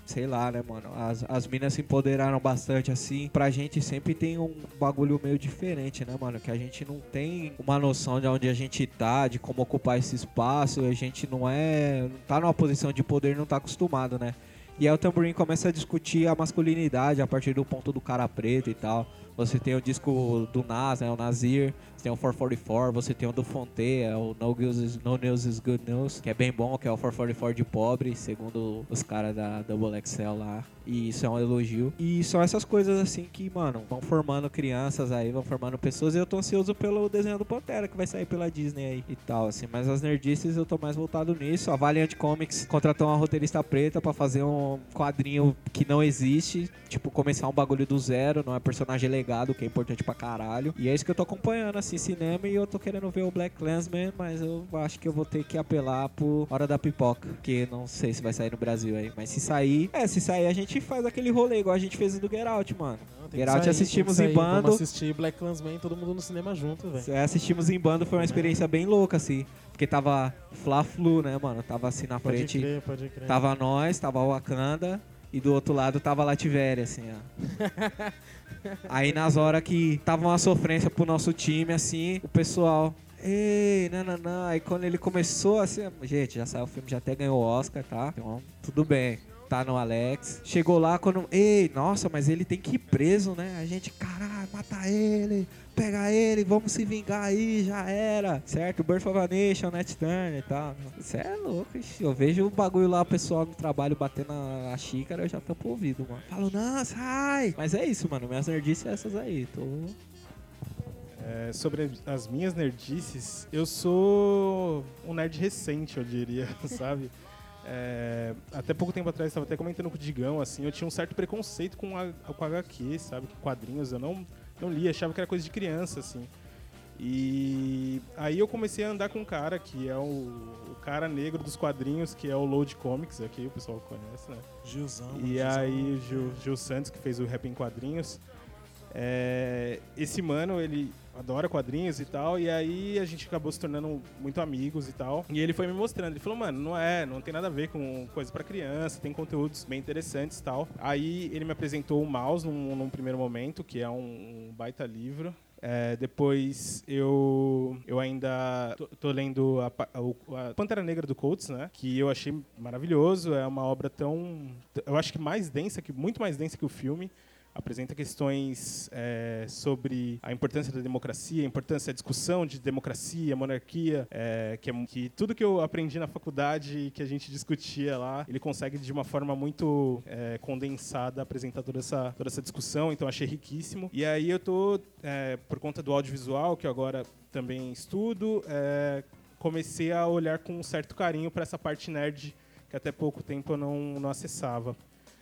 sei lá, né, mano? As, as minas se empoderaram bastante, assim. Pra gente sempre tem um bagulho meio diferente, né, mano? Que a gente não tem uma noção de onde a gente tá, de como ocupar esse espaço. A gente não é... não tá numa posição de poder, não tá acostumado, né? E aí o Tamborim começa a discutir a masculinidade a partir do ponto do cara preto e tal. Você tem o disco do Nas, né, o Nasir. Você tem o quatrocentos e quarenta e quatro. Você tem o do Fonte, é o No News is, No News is Good News, que é bem bom, que é o quatrocentos e quarenta e quatro de pobre, segundo os caras da Double X L lá. E isso é um elogio. E são essas coisas assim que, mano, vão formando crianças aí, vão formando pessoas. E eu tô ansioso pelo desenho do Pantera, que vai sair pela Disney aí e tal, assim. Mas as nerdices eu tô mais voltado nisso. A Valiant Comics contratou uma roteirista preta pra fazer um quadrinho que não existe. Tipo, começar um bagulho do zero, não é personagem legado, que é importante pra caralho. E é isso que eu tô acompanhando, assim, cinema. E eu tô querendo ver o Black Klansman, mas eu acho que eu vou ter que apelar por Hora da Pipoca, que não sei se vai sair no Brasil aí. Mas se sair, é, se sair a gente faz aquele rolê igual a gente fez do Get Out, mano. Não, tem Get que Out sair, assistimos tem que em sair. bando. Vamos assistir Black Klansman, todo mundo no cinema junto, velho. É, assistimos em bando, foi uma experiência bem louca, assim. Porque tava Fla-Flu, né, mano? Tava assim na Pode frente. crer, pode crer. Tava nós, tava o Wakanda. E do outro lado tava a Lativéria, assim, ó. Aí nas horas que tava uma sofrência pro nosso time, assim, o pessoal... Ei, não, não, não. Aí quando ele começou, assim... Gente, já saiu o filme, já até ganhou o Oscar, tá? Então, tudo bem. Tá no Alex. Chegou lá quando... Ei, nossa, mas ele tem que ir preso, né? A gente, caralho, mata ele... Pega ele, vamos se vingar aí, já era. Certo? Birth of a Nation, Nat Turner e tal. Isso é louco, ixi. Eu vejo o bagulho lá, o pessoal no trabalho batendo na, na xícara, eu já tampo o ouvido, mano. Falo, não, sai! Mas é isso, mano. Minhas nerdices são essas aí. Tô... É, sobre as minhas nerdices, eu sou um nerd recente, eu diria, sabe? É, até pouco tempo atrás, estava até comentando com o Digão, assim, eu tinha um certo preconceito com, a, com H Q, sabe? Com quadrinhos, eu não... não li, achava que era coisa de criança, assim. E aí eu comecei a andar com um cara que é o, o cara negro dos quadrinhos, que é o Load Comics, aqui o pessoal conhece, né? Gilzão. E Gilzão. aí o Gil, Gil Santos, que fez o Rap em Quadrinhos. É, esse mano, ele adora quadrinhos e tal, e aí a gente acabou se tornando muito amigos e tal. E ele foi me mostrando, ele falou, mano, não é, não tem nada a ver com coisa pra criança, tem conteúdos bem interessantes e tal. Aí ele me apresentou o Mouse num, num primeiro momento, que é um, um baita livro. É, depois eu, eu ainda tô, tô lendo a, a, a Pantera Negra do Coates, né? Que eu achei maravilhoso, é uma obra tão... eu acho que mais densa, que, muito mais densa que o filme. Apresenta questões é, sobre a importância da democracia, a importância da discussão de democracia, monarquia, é, que, é, que tudo que eu aprendi na faculdade, que a gente discutia lá, ele consegue de uma forma muito é, condensada apresentar toda essa, toda essa discussão, então achei riquíssimo. E aí eu tô, é, por conta do audiovisual, que eu agora também estudo, é, comecei a olhar com um certo carinho para essa parte nerd que até pouco tempo eu não, não acessava.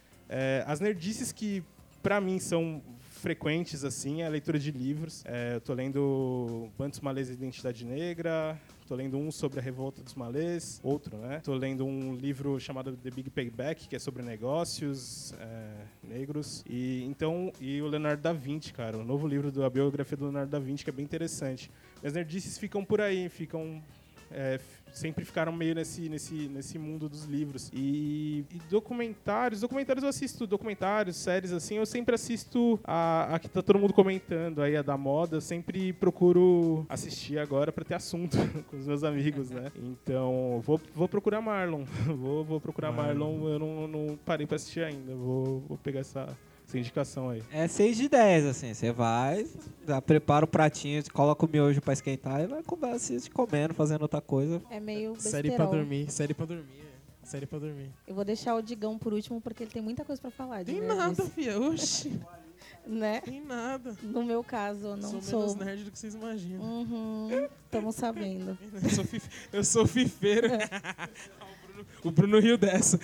É, as nerdices que para mim são frequentes, assim, a leitura de livros. É, eu tô lendo Bantos Malês e Identidade Negra, tô lendo um sobre a Revolta dos Malês, outro, né? Tô lendo um livro chamado The Big Payback, que é sobre negócios é, negros. E, então, e o Leonardo da Vinci, cara, o novo livro da biografia do Leonardo da Vinci, que é bem interessante. As nerdices ficam por aí, ficam... É, sempre ficaram meio nesse, nesse, nesse mundo dos livros. E, e documentários, documentários eu assisto, documentários, séries assim, eu sempre assisto a, a que tá todo mundo comentando aí, a da moda, eu sempre procuro assistir agora pra ter assunto com os meus amigos, né? Então, vou, vou procurar Marlon, vou, vou procurar Marlon, Marlon eu não, não parei pra assistir ainda, vou, vou pegar essa... essa indicação aí. É seis de dez, assim. Você vai, já prepara o pratinho, coloca o miojo pra esquentar e vai comer, assiste comendo, fazendo outra coisa. É meio Série besterol. pra dormir, série pra dormir. é. Série pra dormir. Eu vou deixar o Digão por último, porque ele tem muita coisa pra falar. De Tem nerdice, nada, fia. Oxi. Né? Tem nada. No meu caso, eu não sou sou... menos nerd do que vocês imaginam. Uhum, estamos sabendo. Eu sou, fif... eu sou fifeiro. o, Bruno, o Bruno riu dessa.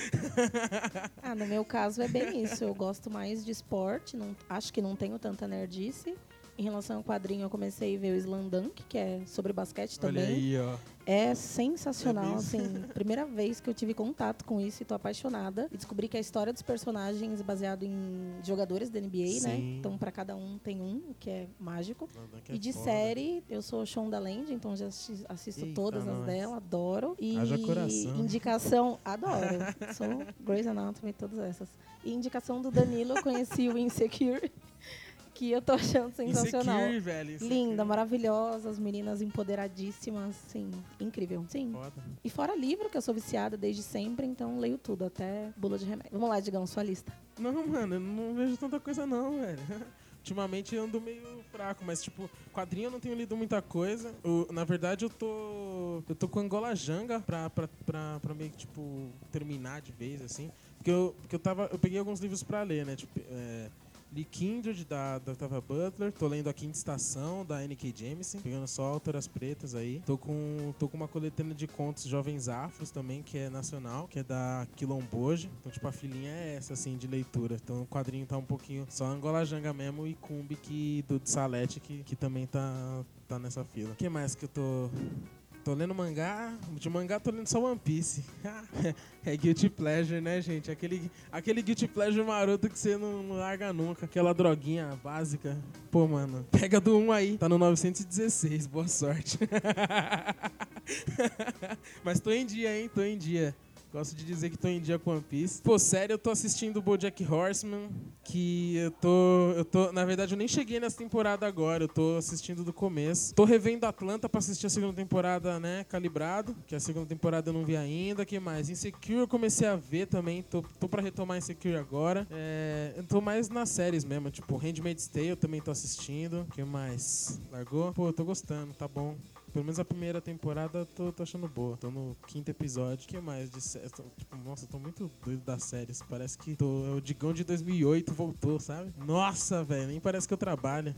Ah, no meu caso é bem isso. Eu gosto mais de esporte. Não, acho que não tenho tanta nerdice. Em relação ao quadrinho, eu comecei a ver o Slam Dunk, que é sobre basquete também. Olha aí, ó. É sensacional, É assim, primeira vez que eu tive contato com isso e tô apaixonada. E descobri que a história dos personagens é baseado em jogadores da N B A, Sim. né? Então, pra cada um tem um, o que é mágico. Slam Dunk é E de foda. série, eu sou Shonda Land, então já assi- assisto Eita, todas as nós. dela, adoro. E Haja coração. indicação, adoro. Sou Grey's Anatomy, todas essas. E indicação do Danilo, eu conheci o Insecure, que eu tô achando sensacional. Insecure, velho. Insecure. Linda, maravilhosa, as meninas empoderadíssimas, sim, incrível. Sim. Foda. E fora livro, que eu sou viciada desde sempre, então leio tudo, até bula de remédio. Vamos lá, Digão, sua lista. Não, mano, eu não vejo tanta coisa não, velho. Ultimamente eu ando meio fraco, mas tipo, quadrinho eu não tenho lido muita coisa. Eu, na verdade eu tô. Eu tô com Angola Janga pra, pra, pra, pra meio que, tipo, terminar de vez, assim. Porque eu, porque eu tava. Eu peguei alguns livros pra ler, né? Tipo, é, li Kindred, da, da Octavia Butler. Tô lendo A Quinta Estação, da N K Jemisin. Pegando só autoras pretas aí. Tô com, tô com uma coletânea de contos Jovens Afros também, que é nacional, que é da Quilomboje. Então, tipo, a filinha é essa, assim, de leitura. Então, o quadrinho tá um pouquinho só Angola Janga mesmo e Kumbi, que, do de Salete, que, que também tá, tá nessa fila. O que mais que eu tô... Tô lendo mangá, de mangá tô lendo só One Piece. É Guilty Pleasure, né, gente? Aquele, aquele Guilty Pleasure maroto que você não, não larga nunca. Aquela droguinha básica. Pô, mano, pega do um aí. Tá no novecentos e dezesseis, boa sorte. Mas tô em dia, hein? Tô em dia. Gosto de dizer que tô em dia com One Piece. Pô, sério, eu tô assistindo o BoJack Horseman, que eu tô, eu tô... Na verdade, eu nem cheguei nessa temporada agora, eu tô assistindo do começo. Tô revendo Atlanta pra assistir a segunda temporada, né, calibrado, que a segunda temporada eu não vi ainda. O que mais? Insecure eu comecei a ver também, tô, tô pra retomar Insecure agora. É, eu tô mais nas séries mesmo, tipo, Handmaid's Tale eu também tô assistindo. O que mais? Largou? Pô, eu tô gostando, tá bom. Pelo menos a primeira temporada tô, tô achando boa. Tô no quinto episódio. O que mais de série? Tipo, nossa, tô muito doido das séries. Parece que tô, é o Digão de dois mil e oito voltou, sabe? Nossa, velho, nem parece que eu trabalho.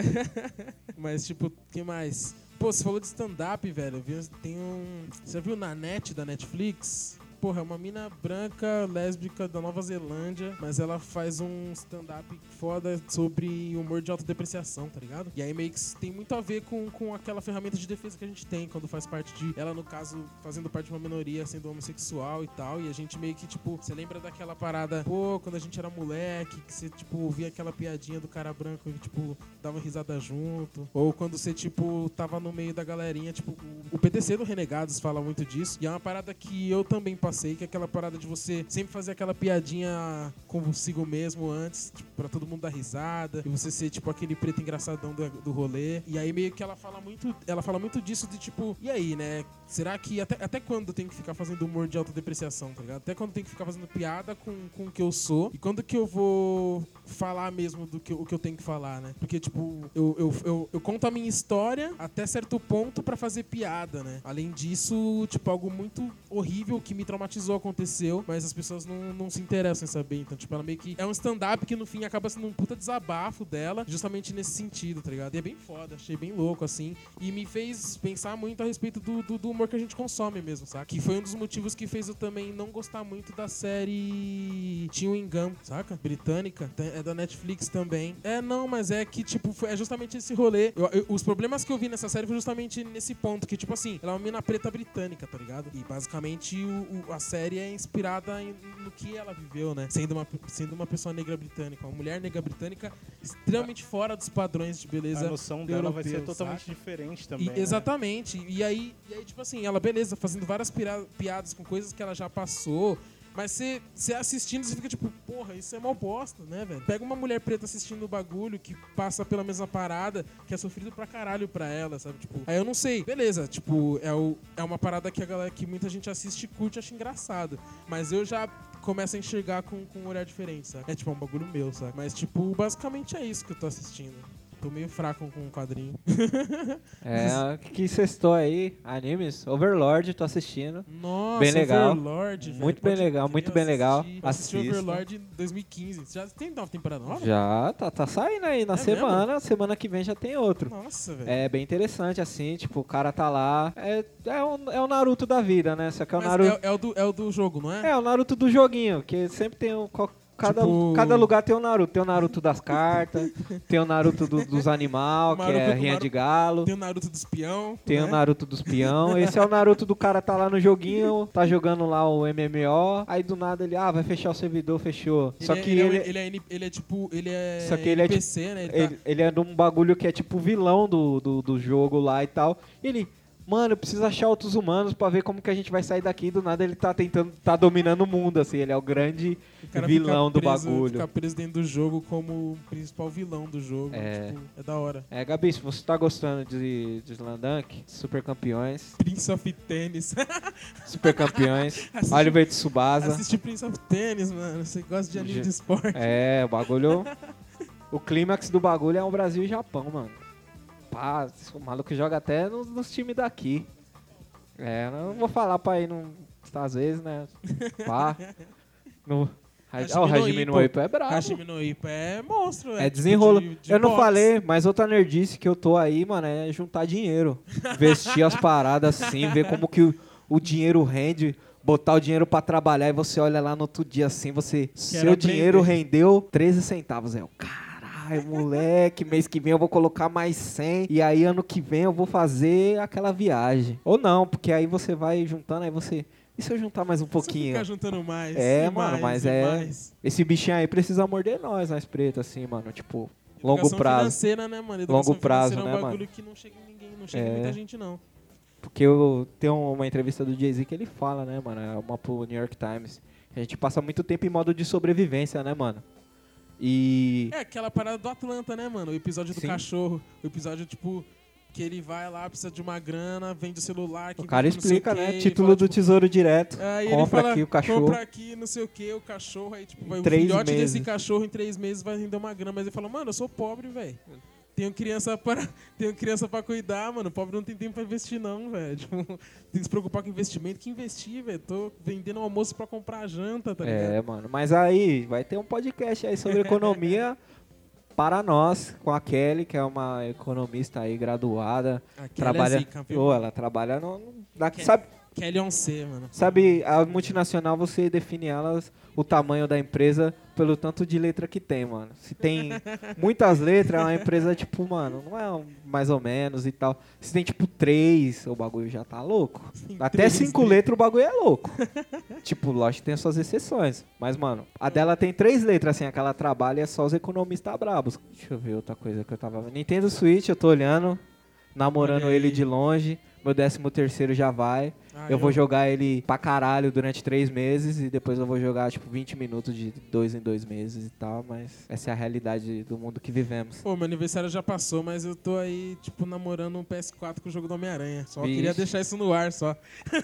Mas, tipo, o que mais? Pô, você falou de stand-up, velho. Tem um... Você viu na net da Netflix? Porra, é uma mina branca, lésbica da Nova Zelândia, mas ela faz um stand-up foda sobre humor de autodepreciação, tá ligado? E aí meio que tem muito a ver com, com aquela ferramenta de defesa que a gente tem quando faz parte de... Ela, no caso, fazendo parte de uma minoria, sendo homossexual e tal, e a gente meio que, tipo... Você lembra daquela parada, pô, quando a gente era moleque, que você, tipo, ouvia aquela piadinha do cara branco que, tipo, dava risada junto. Ou quando você, tipo, tava no meio da galerinha, tipo... O, o P T C do Renegados fala muito disso, e é uma parada que eu também passei, que é aquela parada de você sempre fazer aquela piadinha consigo mesmo antes, tipo, pra todo mundo dar risada, e você ser, tipo, aquele preto engraçadão do, do rolê. E aí meio que ela fala muito, ela fala muito disso de, tipo, e aí, né? Será que até, até quando tem que ficar fazendo humor de autodepreciação, tá ligado? Até quando tem que ficar fazendo piada com, com o que eu sou, e quando que eu vou falar mesmo do que, o que eu tenho que falar, né? Porque, tipo, eu, eu, eu, eu conto a minha história até certo ponto pra fazer piada, né? Além disso, tipo, algo muito horrível que me traumatizou aconteceu, mas as pessoas não, não se interessam em saber. Então, tipo, ela meio que é um stand-up que no fim acaba sendo um puta desabafo dela, justamente nesse sentido, tá ligado? E é bem foda, achei bem louco, assim, e me fez pensar muito a respeito do, do, do humor que a gente consome mesmo, saca? Que foi um dos motivos que fez eu também não gostar muito da série Chewing Gum, saca? Britânica, é da Netflix também. É, não, mas é que, tipo, foi, é justamente esse rolê. Eu, eu, os problemas que eu vi nessa série foi justamente nesse ponto, que, tipo assim, ela é uma mina preta britânica, tá ligado? E basicamente o, o, a série é inspirada em, no que ela viveu, né? Sendo uma, sendo uma pessoa negra britânica, uma mulher negra britânica extremamente a, fora dos padrões de beleza. A noção dela europeu, vai ser totalmente saca? diferente também. E, né? Exatamente. E aí, e aí, tipo assim, ela, beleza, fazendo várias pira- piadas com coisas que ela já passou. Mas você assistindo, você fica tipo, porra, isso é mó bosta, né, velho? Pega uma mulher preta assistindo o bagulho que passa pela mesma parada, que é sofrido pra caralho pra ela, sabe? Tipo, aí eu não sei. Beleza, tipo, é, o, é uma parada que a galera, que muita gente assiste e curte e acha engraçado. Mas eu já começo a enxergar com, com um olhar diferente, sabe? É tipo, é um bagulho meu, sabe? Mas, tipo, basicamente é isso que eu tô assistindo. Tô meio fraco com o quadrinho. É, que sextou aí, animes, Overlord, tô assistindo. Nossa, bem legal. Overlord, velho. Muito bem Pode legal, crer, muito bem legal. assisti. Eu assisti Assista. Overlord em dois mil e quinze. Já tem nova temporada nova? Já, tá, tá saindo aí na É semana, semana que vem já tem outro. Nossa, velho. É bem interessante, assim, tipo, o cara tá lá, é, é, o, é o Naruto da vida, né? Só que é o Mas Naruto... é, é, o do, é o do jogo, não é? É, o Naruto do joguinho, que sempre tem um... qual- cada, Tipo- cada lugar tem um Naruto. Tem o Naruto das cartas, tem o Naruto do- dos animais, que Naruto é do rinha Naruto- de galo. Tem o Naruto dos peão. Tem né? o Naruto dos peão. Esse é o Naruto do cara tá lá no joguinho, tá jogando lá o M M O. Aí do nada ele, ah, vai fechar o servidor, fechou. Ele Só é- que ele, ele, é, ele, é, N- ele é tipo. Ele é. Só que ele é N P C, né? Ele tá- ele, ele é de um bagulho que é tipo vilão do, do, do jogo lá e tal. E ele, mano, eu preciso achar outros humanos pra ver como que a gente vai sair daqui. Do nada ele tá tentando, tá dominando o mundo, assim. Ele é o grande o cara vilão fica do preso- bagulho. Fica preso dentro do jogo como o principal vilão do jogo. É. Tipo, é da hora. É, Gabi, se você tá gostando de, de Slam Dunk, super campeões, Prince of Tennis. super campeões, Assiste- Oliver Tsubasa. Assiste Prince of Tennis, mano. Você gosta de anime Je- de esporte. É, o bagulho. O clímax do bagulho é o Brasil e Japão, mano. Pá, o maluco joga até nos, nos times daqui. É, não vou falar pra ir num. Às vezes, né? Pá. No. Hashimi Ah, o no Hajime Ippo. no Ippo é brabo. Hashimi no Ippo é monstro, É tipo desenrolo. de- de Eu não boxe. falei, mas outra nerdice que eu tô aí, mano, é juntar dinheiro. Investir as paradas assim, ver como que o, o dinheiro rende, botar o dinheiro pra trabalhar e você olha lá no outro dia assim, você. Seu aprender. dinheiro rendeu treze centavos. É o caralho, moleque, mês que vem eu vou colocar mais cem. E aí ano que vem eu vou fazer aquela viagem. Ou não, porque aí você vai juntando, aí você. E se eu juntar mais um Você pouquinho? fica juntando mais. É, e mano, mais, mas e é- mais. Esse bichinho aí precisa morder nós, nós preto, assim, mano. Tipo, longo Educação prazo. financeira, né, mano? Educação Longo prazo, financeira é né, um bagulho mano? que não chega em ninguém, não chega em É. muita gente, não. Porque eu tenho uma entrevista do Jay-Z que ele fala, né, mano? É uma pro New York Times. A gente passa muito tempo em modo de sobrevivência, né, mano? E. É aquela parada do Atlanta, né, mano? O episódio do Sim. cachorro. O episódio, tipo, que ele vai lá, precisa de uma grana, vende o celular. Que O cara não sei explica, o quê, né? ele Título fala, do tipo, Tesouro Direto. Aí ele Compra fala, aqui o cachorro. compra aqui, não sei o que, o cachorro, aí tipo, vai, o Três filhote meses. desse cachorro em três meses vai render uma grana, mas ele fala, mano, eu sou pobre, velho. Tenho criança para, tenho criança pra cuidar, mano. Pobre não tem tempo pra investir, não, velho. Tipo, tem que se preocupar com investimento. Que investir, velho? Tô vendendo almoço pra comprar janta, tá ligado? É, mano. Mas aí, vai ter um podcast aí sobre economia para nós, com a Kelly, que é uma economista aí graduada. Aqui Trabalha. ela é zica, viu? Ô, ela trabalha no. no- na- Kelly- sabe, Kelly on C, mano. sabe, a multinacional você define elas, o tamanho da empresa, pelo tanto de letra que tem, mano. Se tem muitas letras, é uma empresa, tipo, mano, não é um mais ou menos e tal. Se tem, tipo, três, o bagulho já tá louco. Tem Até três, cinco né? letras o bagulho é louco. Tipo, lógico que tem as suas exceções. Mas, mano, a dela tem três letras, assim, aquela trabalha é só os economistas brabos. Deixa eu ver outra coisa que eu tava vendo. Nintendo Switch, eu tô olhando, namorando Olha aí. ele de longe. Meu décimo terceiro já vai. Ah, eu vou jogar ele pra caralho durante três meses e depois eu vou jogar, tipo, vinte minutos de dois em dois meses e tal, mas essa é a realidade do mundo que vivemos. Pô, meu aniversário já passou, mas eu tô aí, tipo, namorando um P S quatro com o jogo do Homem-Aranha. Só Vixe. queria deixar isso no ar, só.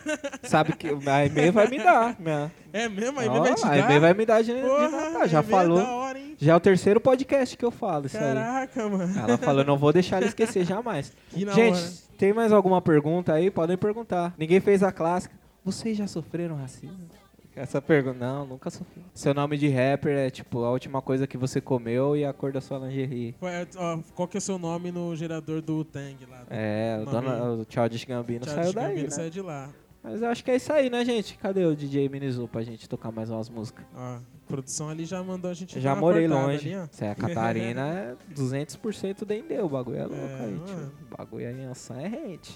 Sabe que a e-mail vai me dar, minha. É mesmo? Aí Ó, vai te a dar? e-mail vai me dar de, de Porra, Natal. Já e-mail é falou. da hora, hein? Já é o terceiro podcast que eu falo isso aí. Caraca, mano. Ela falou, não vou deixar ele esquecer jamais. Que na Gente, hora. tem mais alguma pergunta aí? Podem perguntar. Ninguém fez a clássica. Vocês já sofreram racismo? Essa pergunta, não, nunca sofri. Seu nome de rapper é tipo a última coisa que você comeu e a cor da sua lingerie. Ué, ó, qual que é o seu nome no gerador do Tang lá? É, o, Nome- dona, o Childish Gambino Childish saiu daí, Gambino né? saiu de lá. Mas eu acho que é isso aí, né, gente? Cadê o D J Minizu pra gente tocar mais umas músicas? Ó, a produção ali já mandou a gente Eu já dar uma morei cortada longe. ali, ó. Se é a Catarina, é duzentos por cento dendeu. O bagulho é louco É, aí, mano. tio. O bagulho aí em ação é rente.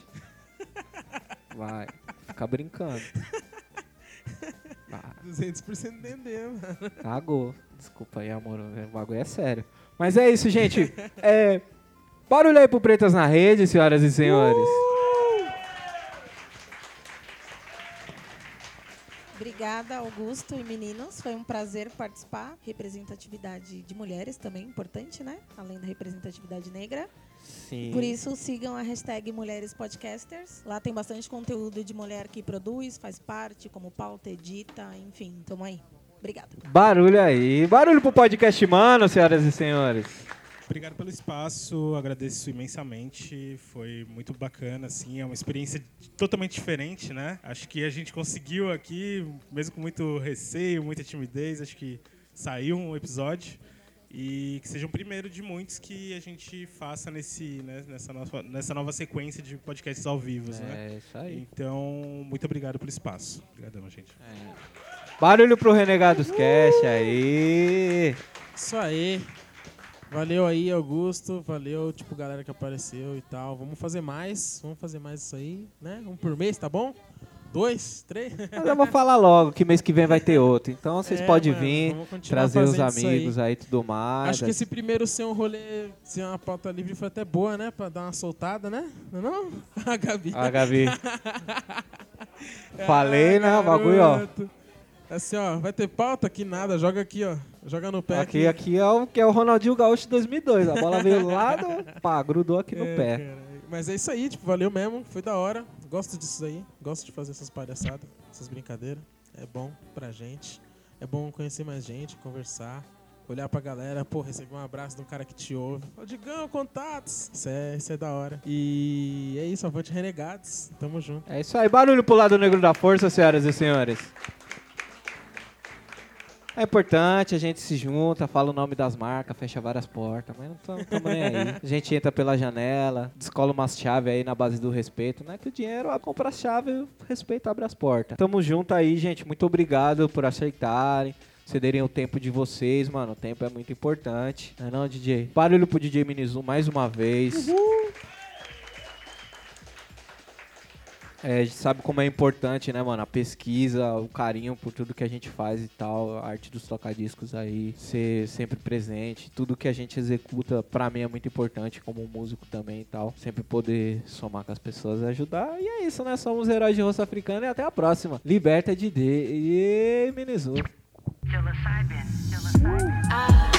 Vai, fica brincando. Ah, duzentos por cento entendeu, mano. cagou. Desculpa aí, amor. O bagulho é sério. Mas é isso, gente. É, barulho aí pro Pretas na Rede, senhoras e senhores. Obrigada, Augusto e meninos. Foi um prazer participar. Representatividade de mulheres também, importante, né? Além da representatividade negra. Sim. Por isso, sigam a hashtag Mulheres Podcasters. Lá tem bastante conteúdo de mulher que produz, faz parte, como pauta, edita, enfim. Tamo aí. Obrigada. Barulho aí. Barulho pro podcast, mano, senhoras e senhores. Obrigado pelo espaço, agradeço imensamente, foi muito bacana, assim, é uma experiência totalmente diferente, né? Acho que a gente conseguiu aqui, mesmo com muito receio, muita timidez, acho que saiu um episódio e que seja o primeiro de muitos que a gente faça nesse, né, nessa, nova, nessa nova sequência de podcasts ao vivo, né? É isso aí. Então, muito obrigado pelo espaço. Obrigadão, gente. É. Barulho pro Renegados Cast aí. Isso aí. Valeu aí, Augusto. Valeu, tipo, galera que apareceu e tal. Vamos fazer mais. Vamos fazer mais isso aí, né? Um por mês, tá bom? Dois, três? Mas eu vou falar logo que mês que vem vai ter outro. Então vocês É, podem mano, vir, vamos continuar trazer os fazendo isso amigos aí. aí e tudo mais. Acho que esse primeiro ser um rolê, ser uma pauta livre foi até boa, né? Pra dar uma soltada, né? Não é não? A Gabi. Ah, Gabi. Falei, né? O bagulho, ó. garoto. Assim, ó, vai ter pauta aqui nada, joga aqui, ó. Joga no pé Aqui, aqui é o que é o Ronaldinho Gaúcho de dois mil e dois. A bola veio lá, do, pá, grudou aqui no É, pé. cara. Mas é isso aí, tipo, valeu mesmo, foi da hora. Gosto disso aí, gosto de fazer essas palhaçadas, essas brincadeiras. É bom pra gente, é bom conhecer mais gente, conversar, olhar pra galera, pô, receber um abraço de um cara que te ouve. Ô, Digão, contatos! Isso é, isso é da hora. E é isso, avante Renegados, tamo junto. É isso aí, barulho pro lado negro da força, senhoras e senhores. É importante, a gente se junta, fala o nome das marcas, fecha várias portas, mas não estamos nem aí. A gente entra pela janela, descola umas chaves aí na base do respeito, né? Que o dinheiro é comprar chave e o respeito abre as portas. Tamo junto aí, gente. Muito obrigado por aceitarem, cederem o tempo de vocês, mano. O tempo é muito importante. Não é não, D J? Barulho pro D J Minizu mais uma vez. Uhul. É, a gente sabe como é importante, né, mano? A pesquisa, o carinho por tudo que a gente faz e tal, a arte dos tocadiscos aí, ser sempre presente. Tudo que a gente executa, pra mim, é muito importante, como músico também e tal. Sempre poder somar com as pessoas e ajudar. E é isso, né? Somos heróis de rosto africano e até a próxima. Liberta D D e Minizu. Ah.